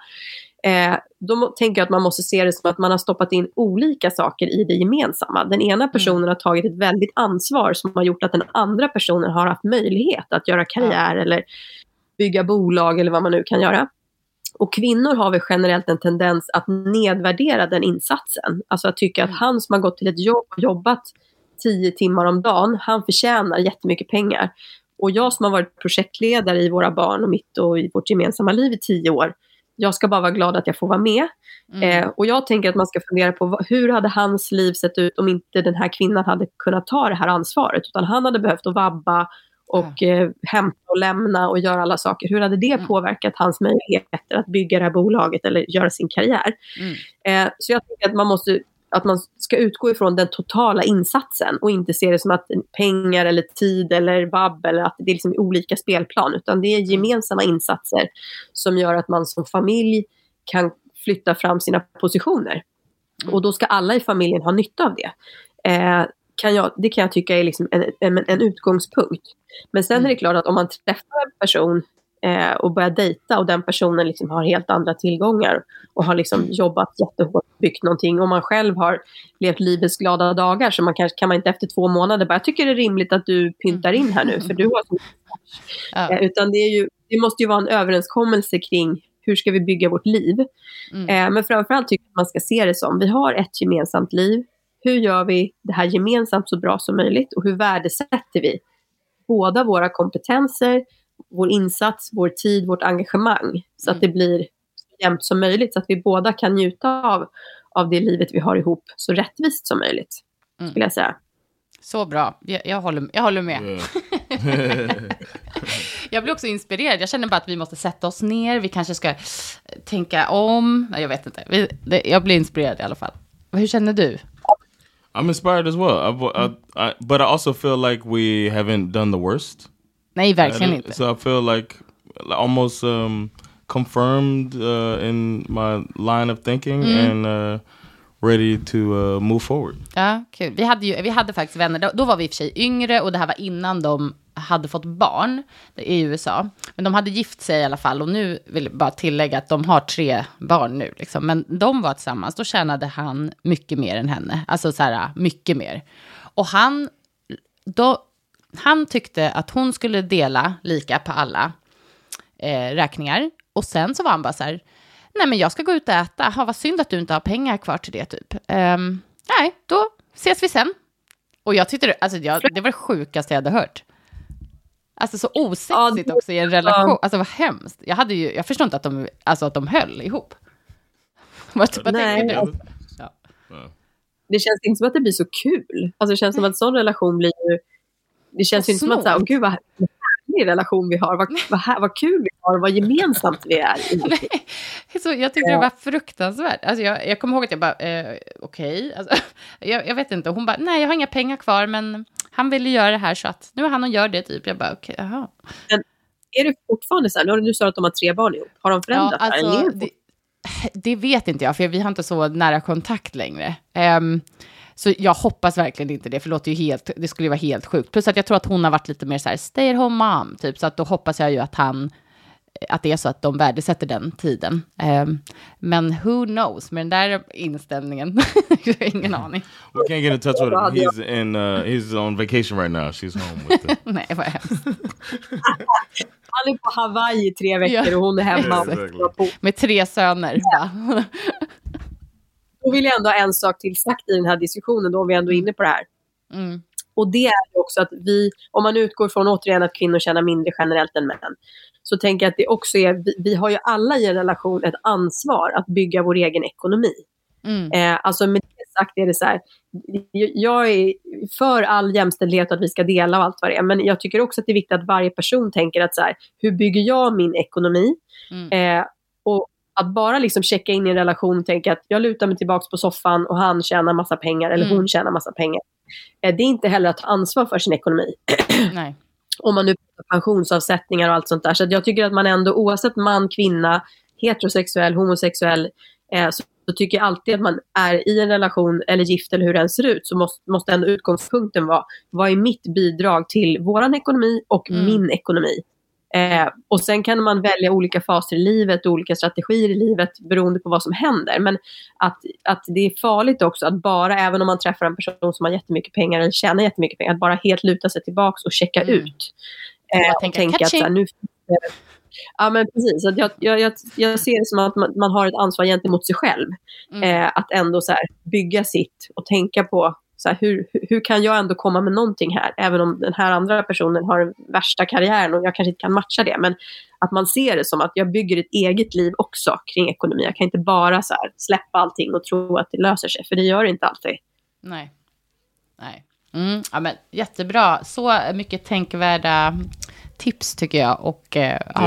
Då tänker jag att man måste se det som att man har stoppat in olika saker i det gemensamma. Den ena personen har tagit ett väldigt ansvar som har gjort att den andra personen har haft möjlighet att göra karriär eller bygga bolag eller vad man nu kan göra. Och kvinnor har väl generellt en tendens att nedvärdera den insatsen. Alltså att tycka att han som har gått till ett jobb och jobbat 10 timmar om dagen, han förtjänar jättemycket pengar. Och jag som har varit projektledare i våra barn och mitt och i vårt gemensamma liv i 10 år, jag ska bara vara glad att jag får vara med. Och jag tänker att man ska fundera på hur hade hans liv sett ut om inte den här kvinnan hade kunnat ta det här ansvaret. Utan han hade behövt att vabba och hämta och lämna och göra alla saker. Hur hade det påverkat hans möjligheter att bygga det här bolaget eller göra sin karriär? Så jag tänker att man ska utgå ifrån den totala insatsen och inte se det som att pengar eller tid eller vabb eller att det är liksom olika spelplan, utan det är gemensamma insatser som gör att man som familj kan flytta fram sina positioner. Och då ska alla i familjen ha nytta av det. Det kan jag tycka är liksom en utgångspunkt. Men sen är det klart att om man träffar en person och börjar dejta och den personen liksom har helt andra tillgångar och har liksom jobbat jättehårt, byggt någonting, och man själv har levt livets glada dagar, så kan man inte efter 2 månader bara, jag tycker det är rimligt att du pyntar in här nu för du har så mycket. Utan det måste ju vara en överenskommelse kring hur ska vi bygga vårt liv. Men framförallt tycker jag att man ska se det som, vi har ett gemensamt liv. Hur gör vi det här gemensamt så bra som möjligt? Och hur värdesätter vi båda våra kompetenser, vår insats, vår tid, vårt engagemang. Så att det blir så jämnt som möjligt. Så att vi båda kan njuta av det livet vi har ihop så rättvist som möjligt. Skulle jag säga. Så bra. Jag håller med. Jag blir också inspirerad. Jag känner bara att vi måste sätta oss ner. Vi kanske ska tänka om. Jag vet inte. Jag blir inspirerad i alla fall. Hur känner du? I'm inspired as well. But I also feel like we haven't done the worst. Nej, verkligen inte. So I feel like almost confirmed in my line of thinking and ready to move forward. Ja, kul. Vi hade faktiskt vänner. Då var vi i och för sig yngre, och det här var innan de hade fått barn i USA. Men de hade gift sig i alla fall, och nu vill jag bara tillägga att de har 3 barn nu. Liksom. Men de var tillsammans, då tjänade han mycket mer än henne. Alltså så här, mycket mer. Och han tyckte att hon skulle dela lika på alla räkningar. Och sen så var han bara så här, nej men jag ska gå ut och äta. Vad synd att du inte har pengar kvar till det typ. Nej, då ses vi sen. Och jag tyckte det var det sjukaste jag hade hört. Alltså så osexigt också i en relation. Alltså vad hemskt. Jag förstår inte att de höll ihop. Vad tänker du? Ja. Det känns inte som att det blir så kul. Alltså det känns som att en sån relation blir ju... Det känns inte som att säga, gud vad härlig relation vi har. Vad kul vi har, vad gemensamt vi är. Nej, så jag tyckte det var fruktansvärt. Alltså jag kommer ihåg att jag bara, okej. Alltså, jag vet inte. Hon bara, nej jag har inga pengar kvar, men han ville göra det här så att nu har han och gör det typ. Jag bara, okej, jaha. Men är det fortfarande så här? Du sa att de har 3 barn ihop. Har de förändrat det här? Alltså, det vet inte jag, för vi har inte så nära kontakt längre. Så jag hoppas verkligen inte det, för det skulle ju vara helt sjukt. Plus att jag tror att hon har varit lite mer så här stay at home mom, typ. Så att då hoppas jag ju att det är så att de värdesätter den tiden. Men who knows, med den där inställningen. Jag har ingen aning. We can't get in touch with him. He's on vacation right now. She's home with him. Nej, vad hemskt. Han är på Hawaii i 3 veckor och hon är hemma. Med 3 söner. Ja. Då vill jag ändå ha en sak till sagt i den här diskussionen, då vi ändå är inne på det här. Och det är också att om man utgår från återigen att kvinnor tjänar mindre generellt än män, så tänker jag att det också är, vi har ju alla i en relation ett ansvar att bygga vår egen ekonomi. Alltså med det sagt är det så här, jag är för all jämställdhet att vi ska dela och allt vad det är, men jag tycker också att det är viktigt att varje person tänker att så här, hur bygger jag min ekonomi? Och att bara liksom checka in i en relation och tänka att jag lutar mig tillbaka på soffan och han tjänar massa pengar eller hon tjänar massa pengar. Det är inte heller att ta ansvar för sin ekonomi. Nej. Om man nu pratar pensionsavsättningar och allt sånt där. Så jag tycker att man ändå, oavsett man, kvinna, heterosexuell, homosexuell, så tycker jag alltid att man är i en relation eller gift eller hur den ser ut, så måste ändå utgångspunkten vara, vad är mitt bidrag till våran ekonomi och min ekonomi? Och sen kan man välja olika faser i livet och olika strategier i livet beroende på vad som händer. Men att det är farligt också att bara, även om man träffar en person som har jättemycket pengar eller tjänar jättemycket pengar, att bara helt luta sig tillbaka och checka ut. Och tänka att så här, nu... Ja, men precis. Så jag ser det som att man har ett ansvar gentemot sig själv. Att ändå så här, bygga sitt och tänka på så här, hur kan jag ändå komma med någonting här, även om den här andra personen har den värsta karriären och jag kanske inte kan matcha det, men att man ser det som att jag bygger ett eget liv också kring ekonomi. Jag kan inte bara så här, släppa allting och tro att det löser sig, för det gör det inte alltid. Nej. Ja, men jättebra, så mycket tänkvärda tips tycker jag, och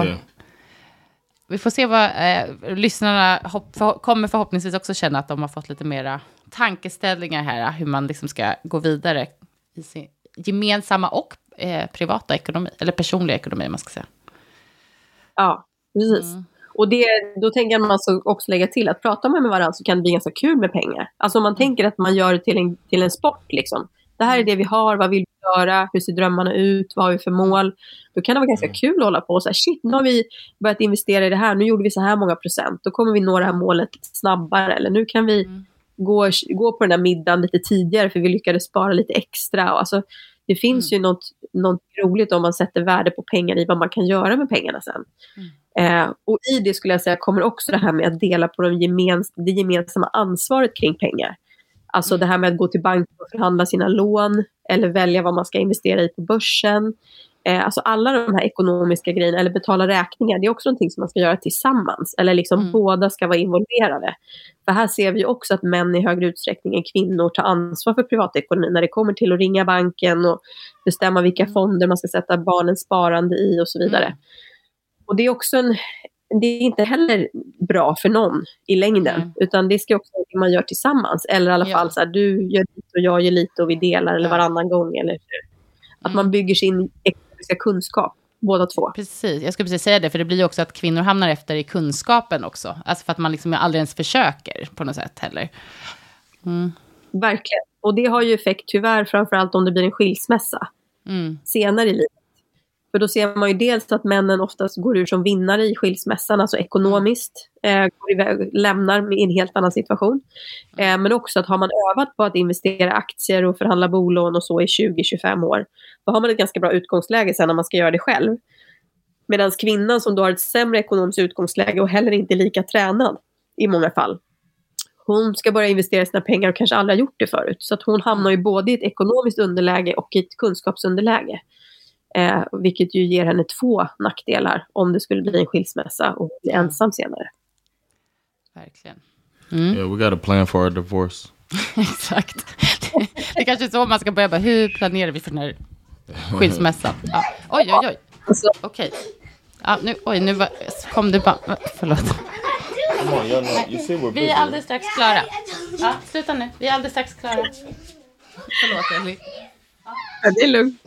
vi får se vad lyssnarna kommer förhoppningsvis också känna att de har fått lite mera tankeställningar här, hur man liksom ska gå vidare i sin gemensamma och privata ekonomi, eller personliga ekonomi man ska säga. Ja, precis. Och då tänker man så också lägga till att pratar man med varandra så kan det bli ganska kul med pengar. Alltså om man tänker att man gör det till en sport liksom. Det här är det vi har, vad vill vi göra, hur ser drömmarna ut, vad har vi för mål. Då kan det vara ganska kul att hålla på och säga, shit, nu har vi börjat investera i det här, nu gjorde vi så här många procent. Då kommer vi nå det här målet snabbare, eller nu kan vi gå på den där middagen lite tidigare för vi lyckades spara lite extra. Och alltså, det finns ju något roligt om man sätter värde på pengar i vad man kan göra med pengarna sen. Och i det skulle jag säga kommer också det här med att dela på det gemensamma ansvaret kring pengar. Alltså det här med att gå till banken och förhandla sina lån eller välja vad man ska investera i på börsen. Alltså alla de här ekonomiska grejerna eller betala räkningar, det är också någonting som man ska göra tillsammans. Eller liksom båda ska vara involverade. För här ser vi också att män i högre utsträckning än kvinnor tar ansvar för privatekonomin när det kommer till att ringa banken och bestämma vilka fonder man ska sätta barnens sparande i och så vidare. Och det är också det är inte heller bra för någon i längden. Utan det ska också vara det man gör tillsammans. Eller i alla fall så här, du gör lite och jag gör lite och vi delar eller varannan gång. Eller att man bygger sin ekonomiska kunskap, båda två. Precis, jag skulle precis säga det. För det blir ju också att kvinnor hamnar efter i kunskapen också. Alltså för att man liksom aldrig ens försöker på något sätt heller. Verkligen. Och det har ju effekt tyvärr framförallt om det blir en skilsmässa. Senare i livet. För då ser man ju dels att männen oftast går ur som vinnare i skilsmässan, alltså ekonomiskt, lämnar i en helt annan situation. Men också att har man övat på att investera aktier och förhandla bolån och så i 20-25 år, då har man ett ganska bra utgångsläge sen när man ska göra det själv. Medan kvinnan som då har ett sämre ekonomiskt utgångsläge och heller inte är lika tränad i många fall, hon ska börja investera sina pengar och kanske aldrig har gjort det förut. Så att hon hamnar ju både i ett ekonomiskt underläge och i ett kunskapsunderläge. Vilket ju ger henne 2 nackdelar om det skulle bli en skilsmässa och bli ensam senare. Verkligen. Yeah, we got a plan for our divorce. Exakt. Det är kanske så man ska börja bara, hur planerar vi för den här skilsmässan? Ja. Oj. Alltså, Okej. Ja, nu kom det bara... Förlåt. Come on, you see we're busy. Vi är alldeles strax klara. Ja, sluta nu. Vi är alldeles strax klara. Förlåt, Ellie. Ja, det är lugnt.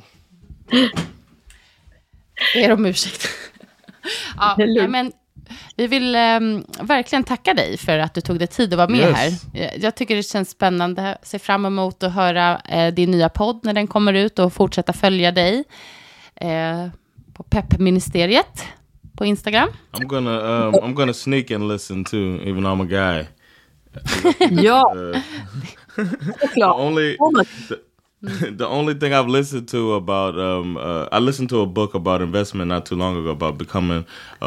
Det är om ursäkt. Ja, men vi vill verkligen tacka dig för att du tog dig tid att vara med här. Jag tycker det känns spännande. Ser fram emot att höra din nya podd när den kommer ut och fortsätta följa dig på Peppministeriet på Instagram. I'm gonna sneak and listen too, even though I'm a guy. Ja. The only thing I've listened to about I listened to a book about investment not too long ago about becoming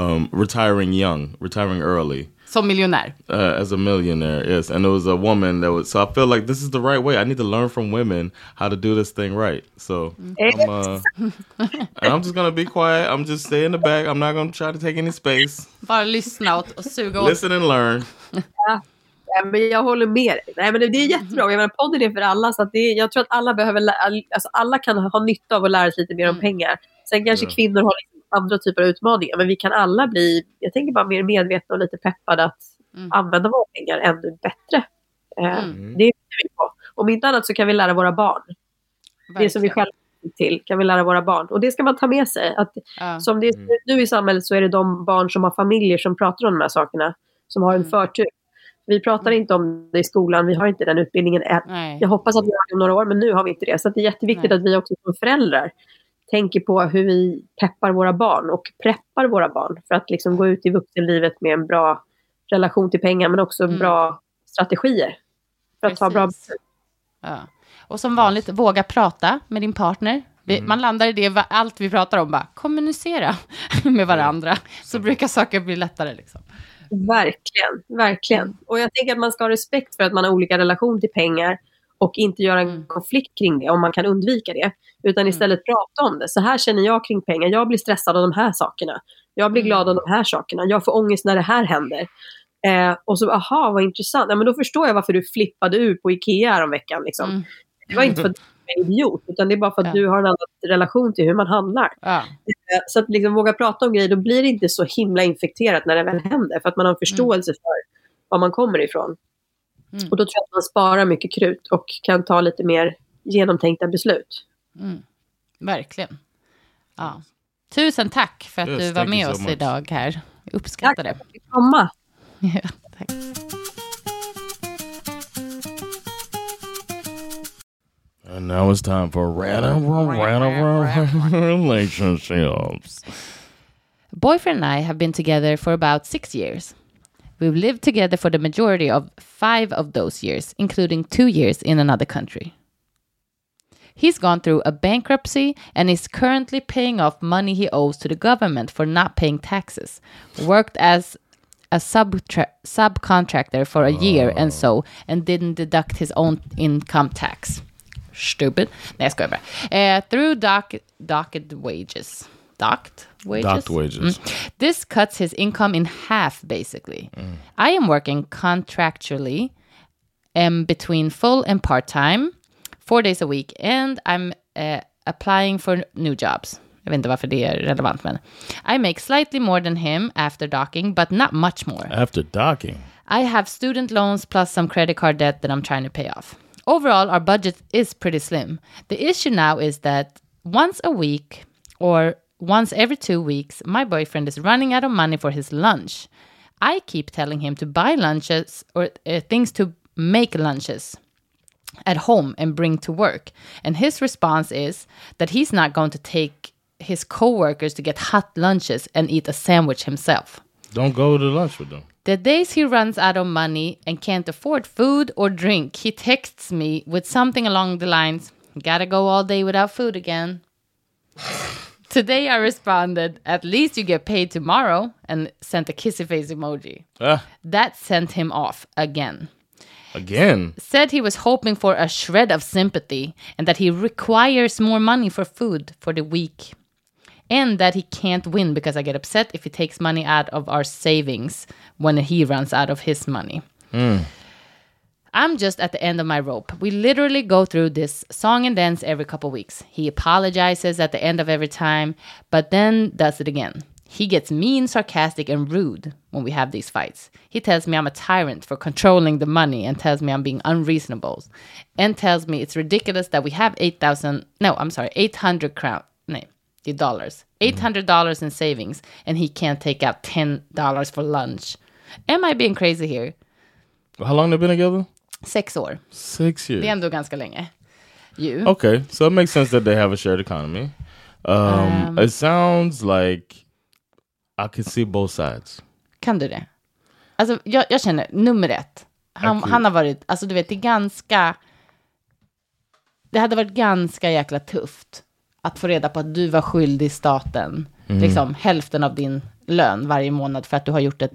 retiring early. Som miljonär. As a millionaire, yes. And it was a woman so I feel like this is the right way. I need to learn from women how to do this thing right. So I'm just gonna be quiet. I'm just stay in the back. I'm not gonna try to take any space. Bara lyssna och suga åt. Listen and learn. Men jag håller med. Nej, men det är jättebra. Jag menar, podden är för alla. Så att jag tror att alla behöver alltså alla kan ha nytta av att lära sig lite mer om pengar. Sen kanske kvinnor har liksom andra typer av utmaningar. Men vi kan alla bli, jag tänker bara mer medvetna och lite peppade att använda våra pengar ännu bättre. Det är vi på. Om inte annat så kan vi lära våra barn. Verkligen. Det som vi själva till kan vi lära våra barn. Och det ska man ta med sig. Att som det är nu i samhället så är det de barn som har familjer som pratar om de här sakerna. Som har en förtur. Vi pratar inte om det i skolan, vi har inte den utbildningen än. Jag hoppas att vi har det om några år, men nu har vi inte det. Så det är jätteviktigt att vi också som föräldrar tänker på hur vi peppar våra barn och preppar våra barn för att liksom gå ut i vuxenlivet med en bra relation till pengar, men också bra strategier för att ta bra beslut. Ja. Och som vanligt, våga prata med din partner. Man landar i det, allt vi pratar om, bara kommunicera med varandra. Så brukar saker bli lättare liksom. Verkligen. Och jag tänker att man ska ha respekt för att man har olika relation till pengar och inte göra en konflikt kring det om man kan undvika det. Utan istället prata om det. Så här känner jag kring pengar. Jag blir stressad av de här sakerna. Jag blir glad av de här sakerna. Jag får ångest när det här händer. Och så, vad intressant. Ja, men då förstår jag varför du flippade ur på Ikea om veckan. Liksom. Det var inte för att du är idiot, utan det är bara för att du har en annan relation till hur man handlar. Så att liksom våga prata om grejer, då blir det inte så himla infekterat när det väl händer. För att man har en förståelse för var man kommer ifrån. Och då tror jag att man sparar mycket krut och kan ta lite mer genomtänkta beslut. Verkligen. Ja. Tusen tack för att Yes, du var thank med you so oss much. idag här. Jag uppskattar det. Komma. Ja, tack. And now it's time for random relationships. Boyfriend and I have been together for about 6 years. We've lived together for the majority of 5 of those years, including 2 years in another country. He's gone through a bankruptcy and is currently paying off money he owes to the government for not paying taxes. Worked as a subcontractor for a year and didn't deduct his own income tax. Stupid. Nej, jag skojar bara. Through docked wages. Docked wages? This cuts his income in half, basically. I am working contractually between full and part-time, 4 days a week, and I'm applying for new jobs. Jag vet inte varför det är relevant, men I make slightly more than him after docking, but not much more. After docking? I have student loans plus some credit card debt that I'm trying to pay off. Overall, our budget is pretty slim. The issue now is that once a week or once every 2 weeks, my boyfriend is running out of money for his lunch. I keep telling him to buy lunches or things to make lunches at home and bring to work. And his response is that he's not going to take his coworkers to get hot lunches and eat a sandwich himself. Don't go to lunch with them. The days he runs out of money and can't afford food or drink, he texts me with something along the lines, "Gotta go all day without food again." Today I responded, "At least you get paid tomorrow," and sent a kissy face emoji. That sent him off again. Said he was hoping for a shred of sympathy and that he requires more money for food for the week. And that he can't win because I get upset if he takes money out of our savings when he runs out of his money. I'm just at the end of my rope. We literally go through this song and dance every couple weeks. He apologizes at the end of every time, but then does it again. He gets mean, sarcastic, and rude when we have these fights. He tells me I'm a tyrant for controlling the money and tells me I'm being unreasonable. And tells me it's ridiculous that we have $800 $800 in savings and he can't take out $10 for lunch. Am I being crazy here? How long have they been together? 6 år. 6 years. Det är ändå ganska länge. Okay, so it makes sense that they have a shared economy. It sounds like I can see both sides. Kan du det? Alltså, jag känner, nummer 1. Han har varit, alltså du vet, det hade varit ganska jäkla tufft att få reda på att du var skyldig staten liksom hälften av din lön varje månad för att du har gjort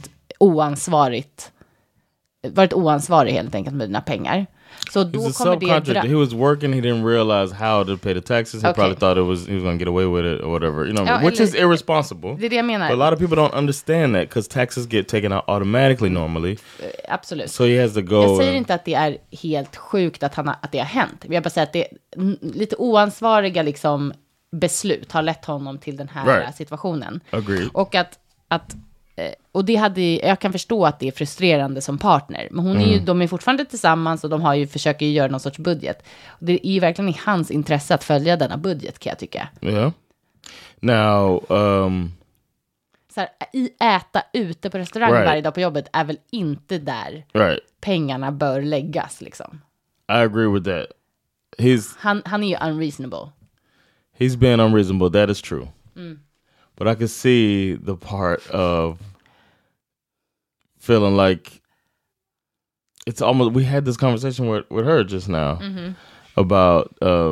varit oansvarig helt enkelt med dina pengar. Så då kommer det he was working, he didn't realize how to pay the taxes. He probably thought he was going to get away with it or whatever, you know, which is irresponsible. Det är det jag menar. But a lot of people don't understand that because taxes get taken out automatically normally. Absolut. So he has to go. Jag säger inte att det är helt sjukt att det har hänt. Jag bara säger att det är lite oansvariga liksom beslut har lett honom till den här situationen. Agreed. Och och jag kan förstå att det är frustrerande som partner. Men de är fortfarande tillsammans och de försöker göra någon sorts budget. Och det är ju verkligen i hans intresse att följa denna budget, kan jag tycka. Yeah. Now, så här, äta ute på restaurang varje dag på jobbet är väl inte där pengarna bör läggas, liksom. I agree with that. Han är ju unreasonable. He's being unreasonable, that is true. But I could see the part of feeling like it's almost, we had this conversation with her just now about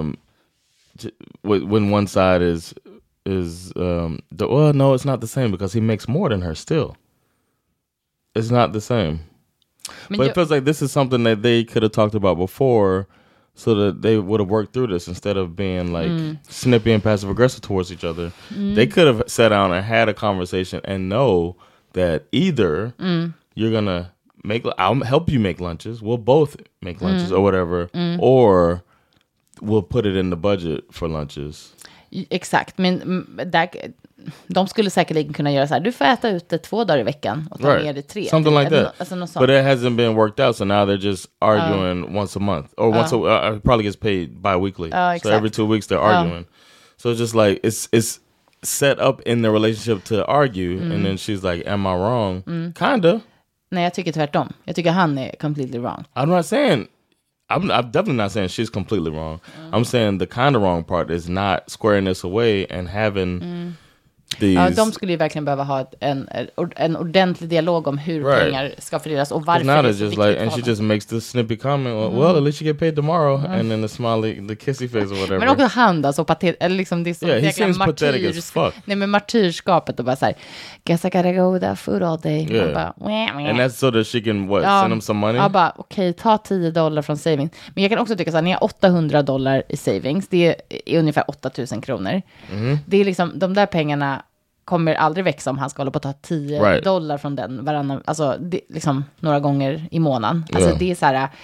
when one side is well, no, it's not the same because he makes more than her still. It's not the same. But it feels like this is something that they could have talked about before, so that they would have worked through this instead of being like snippy and passive aggressive towards each other. They could have sat down and had a conversation and know that either you're gonna I'll help you make lunches, we'll both make lunches or whatever, or we'll put it in the budget for lunches. Exakt, men de skulle säkerligen kunna göra så här: du får äta ute 2 dagar i veckan och ta ner det 3. Something like that. Alltså något sånt. But it hasn't been worked out, so now they're just arguing once a month. Or probably gets paid bi-weekly. So every 2 weeks they're arguing. So it's just like, it's set up in the relationship to argue, and then she's like, am I wrong? Kinda. Nej, jag tycker tvärtom. Jag tycker han är completely wrong. I'm not saying, I'm definitely not saying she's completely wrong. I'm saying the kind of wrong part is not squaring this away and having these... Ja, de skulle ju verkligen behöva ha en ordentlig dialog om hur pengar ska fördelas och varför det är så viktigt like, and she just makes this snippy comment, well, at least you get paid tomorrow, and then the smiley, the kissy face or whatever. Men också han då, så eller liksom det är så he seems pathetic as fuck. Nej, men martyrskapet och bara såhär, guess I gotta go without food all day. Yeah. Bara, and that's so that she can, send him some money? Ja, bara, okej, ta $10 från savings. Men jag kan också tycka så här, ni har $800 i savings, det är ungefär 8,000 kronor. Det är liksom, de där pengarna kommer aldrig växa om han ska hålla på att ta $10 från den varannan, alltså det, liksom några gånger i månaden. Alltså det är så här,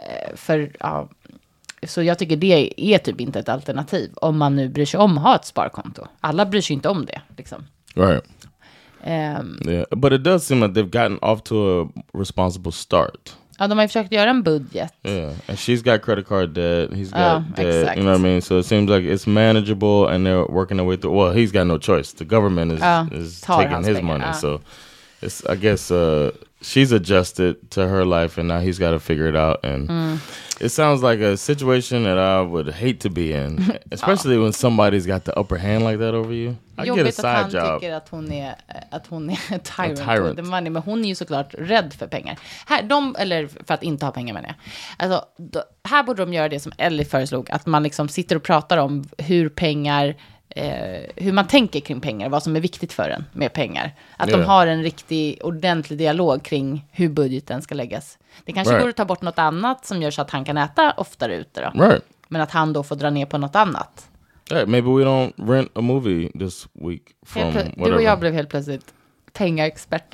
så jag tycker det är typ inte ett alternativ om man nu bryr sig om att ha ett sparkonto. Alla bryr sig inte om det, liksom. Right. But it does seem like they've gotten off to a responsible start. Ja, de har ju försökt göra en budget. Yeah, and she's got credit card debt. He's got debt. Exact. You know what I mean? So it seems like it's manageable, and they're working their way through. Well, he's got no choice. The government is taking his money. So it's, I guess, she's adjusted to her life, and now he's got to figure it out. And it sounds like a situation that I would hate to be in, especially when somebody's got the upper hand like that over you. I get a side job. Tycker att hon är tyrant with the money, men hon är ju såklart rädd för pengar. Eller för att inte ha pengar, menar jag. Alltså, här borde de göra det som Ellie föreslog, att man liksom sitter och pratar om hur man tänker kring pengar, vad som är viktigt för en med pengar. Att de har en riktig ordentlig dialog kring hur budgeten ska läggas. Det kanske går att ta bort något annat som gör så att han kan äta oftare ute då. Right. Men att han då får dra ner på något annat. Yeah, maybe we don't rent a movie this week from whatever. Du och jag blev helt plötsligt pengaexperter.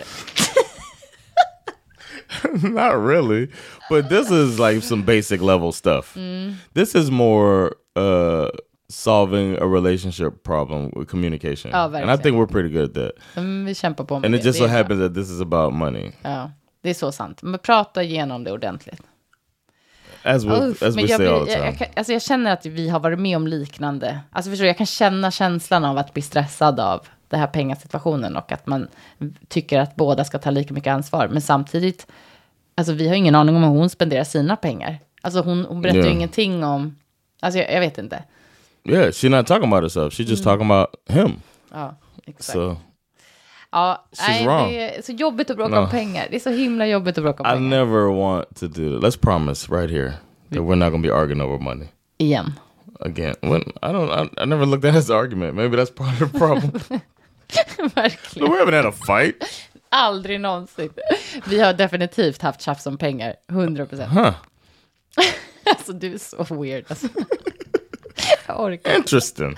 Not really, but this is like some basic level stuff. This is more solving a relationship problem with communication. And I think we're pretty good at that. Vi kämpar på med and det. It just so happens that this is about money. Ja, det är så sant. Men prata igenom det ordentligt. As we say all the time. Jag känner att vi har varit med om liknande. Alltså förstår du, jag kan känna känslan av att bli stressad av den här pengasituationen och att man tycker att båda ska ta lika mycket ansvar. Men samtidigt, alltså vi har ingen aning om hur hon spenderar sina pengar. Alltså hon berättar ju ingenting om, alltså jag vet inte. Yeah, she's not talking about herself. She's just talking about him. Ja, exakt. So, ja, wrong. Det är så jobbigt att bråka om pengar. Det är så himla jobbigt att bråka om pengar. I never want to do that. Let's promise right here that we're not going to be arguing over money. Igen. Again. I never looked at it as an argument. Maybe that's part of the problem. Verkligen. We haven't had a fight. Aldrig någonsin. Vi har definitivt haft tjafs om pengar. 100%. Huh. Alltså du är så weird. Alltså. Jag orkar. Interesting.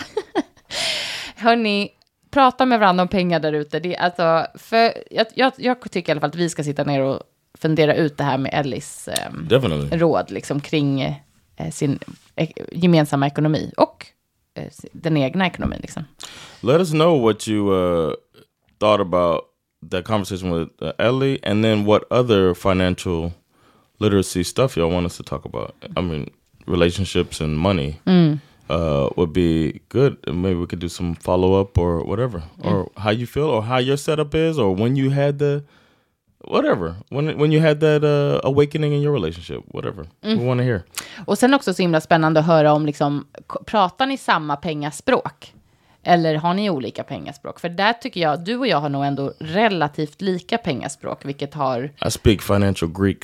Hörni, prata med varandra om pengar där ute. Det är alltså, för jag tycker i alla fall att vi ska sitta ner och fundera ut det här med Ellis råd liksom, kring sin gemensamma ekonomi och den egna ekonomin. Liksom. Let us know what you thought about that conversation with Ellie, and then what other financial literacy stuff y'all want us to talk about. I mean, relationships and money would be good. Maybe we could do some follow-up or whatever. Or how you feel, or how your setup is, or when you had the... Whatever. When you had that awakening in your relationship. Whatever. We want to hear. Och sen också så himla spännande att höra om, liksom, pratar ni samma pengaspråk? Eller har ni olika pengaspråk? För där tycker jag, du och jag har nog ändå relativt lika pengaspråk, vilket har... I speak financial Greek.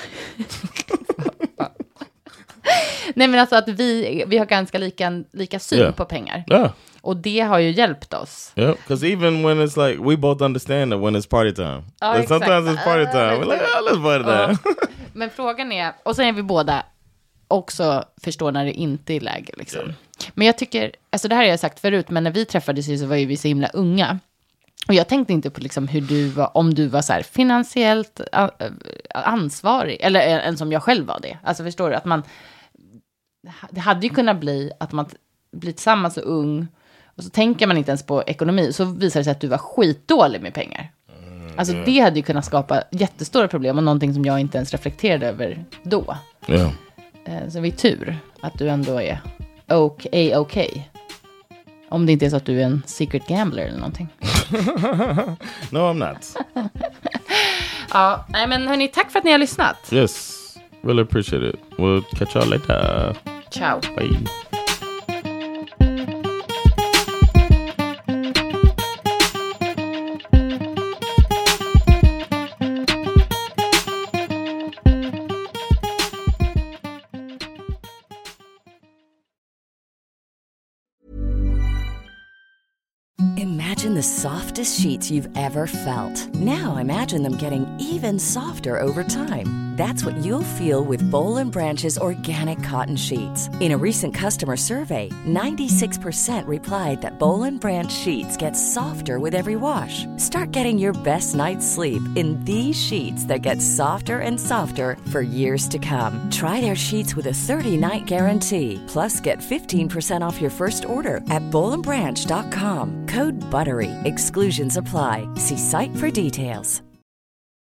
Nej, men alltså att vi har ganska lika syn på pengar. Yeah. Och det har ju hjälpt oss. Yeah, because even when it's like, we both understand that when it's party time. Exactly. Sometimes it's party time. We're like, let's party time. Men frågan är, och sen är vi båda också förstår när det inte är läge. Liksom. Yeah. Men jag tycker, alltså det här har jag sagt förut, men när vi träffades så var ju vi så himla unga. Och jag tänkte inte på liksom hur du var, om du var så här finansiellt ansvarig, eller en som jag själv var det. Alltså förstår du, att man, det hade ju kunnat bli att man blir tillsammans så ung, och så tänker man inte ens på ekonomi, så visar det sig att du var skitdålig med pengar. Alltså det hade ju kunnat skapa jättestora problem, och någonting som jag inte ens reflekterade över då. Yeah. Så vi är tur att du ändå är okay. Om det inte är så att du är en secret gambler eller någonting. No, I'm not. Ja, nej men hörni, tack för att ni har lyssnat. Yes, really appreciate it. We'll catch y'all later. Ciao. Bye. Imagine the softest sheets you've ever felt. Now imagine them getting even softer over time. That's what you'll feel with Boll & Branch's organic cotton sheets. In a recent customer survey, 96% replied that Boll & Branch sheets get softer with every wash. Start getting your best night's sleep in these sheets that get softer and softer for years to come. Try their sheets with a 30-night guarantee. Plus, get 15% off your first order at bollandbranch.com. Code BUTTERY. Exclusions apply. See site for details.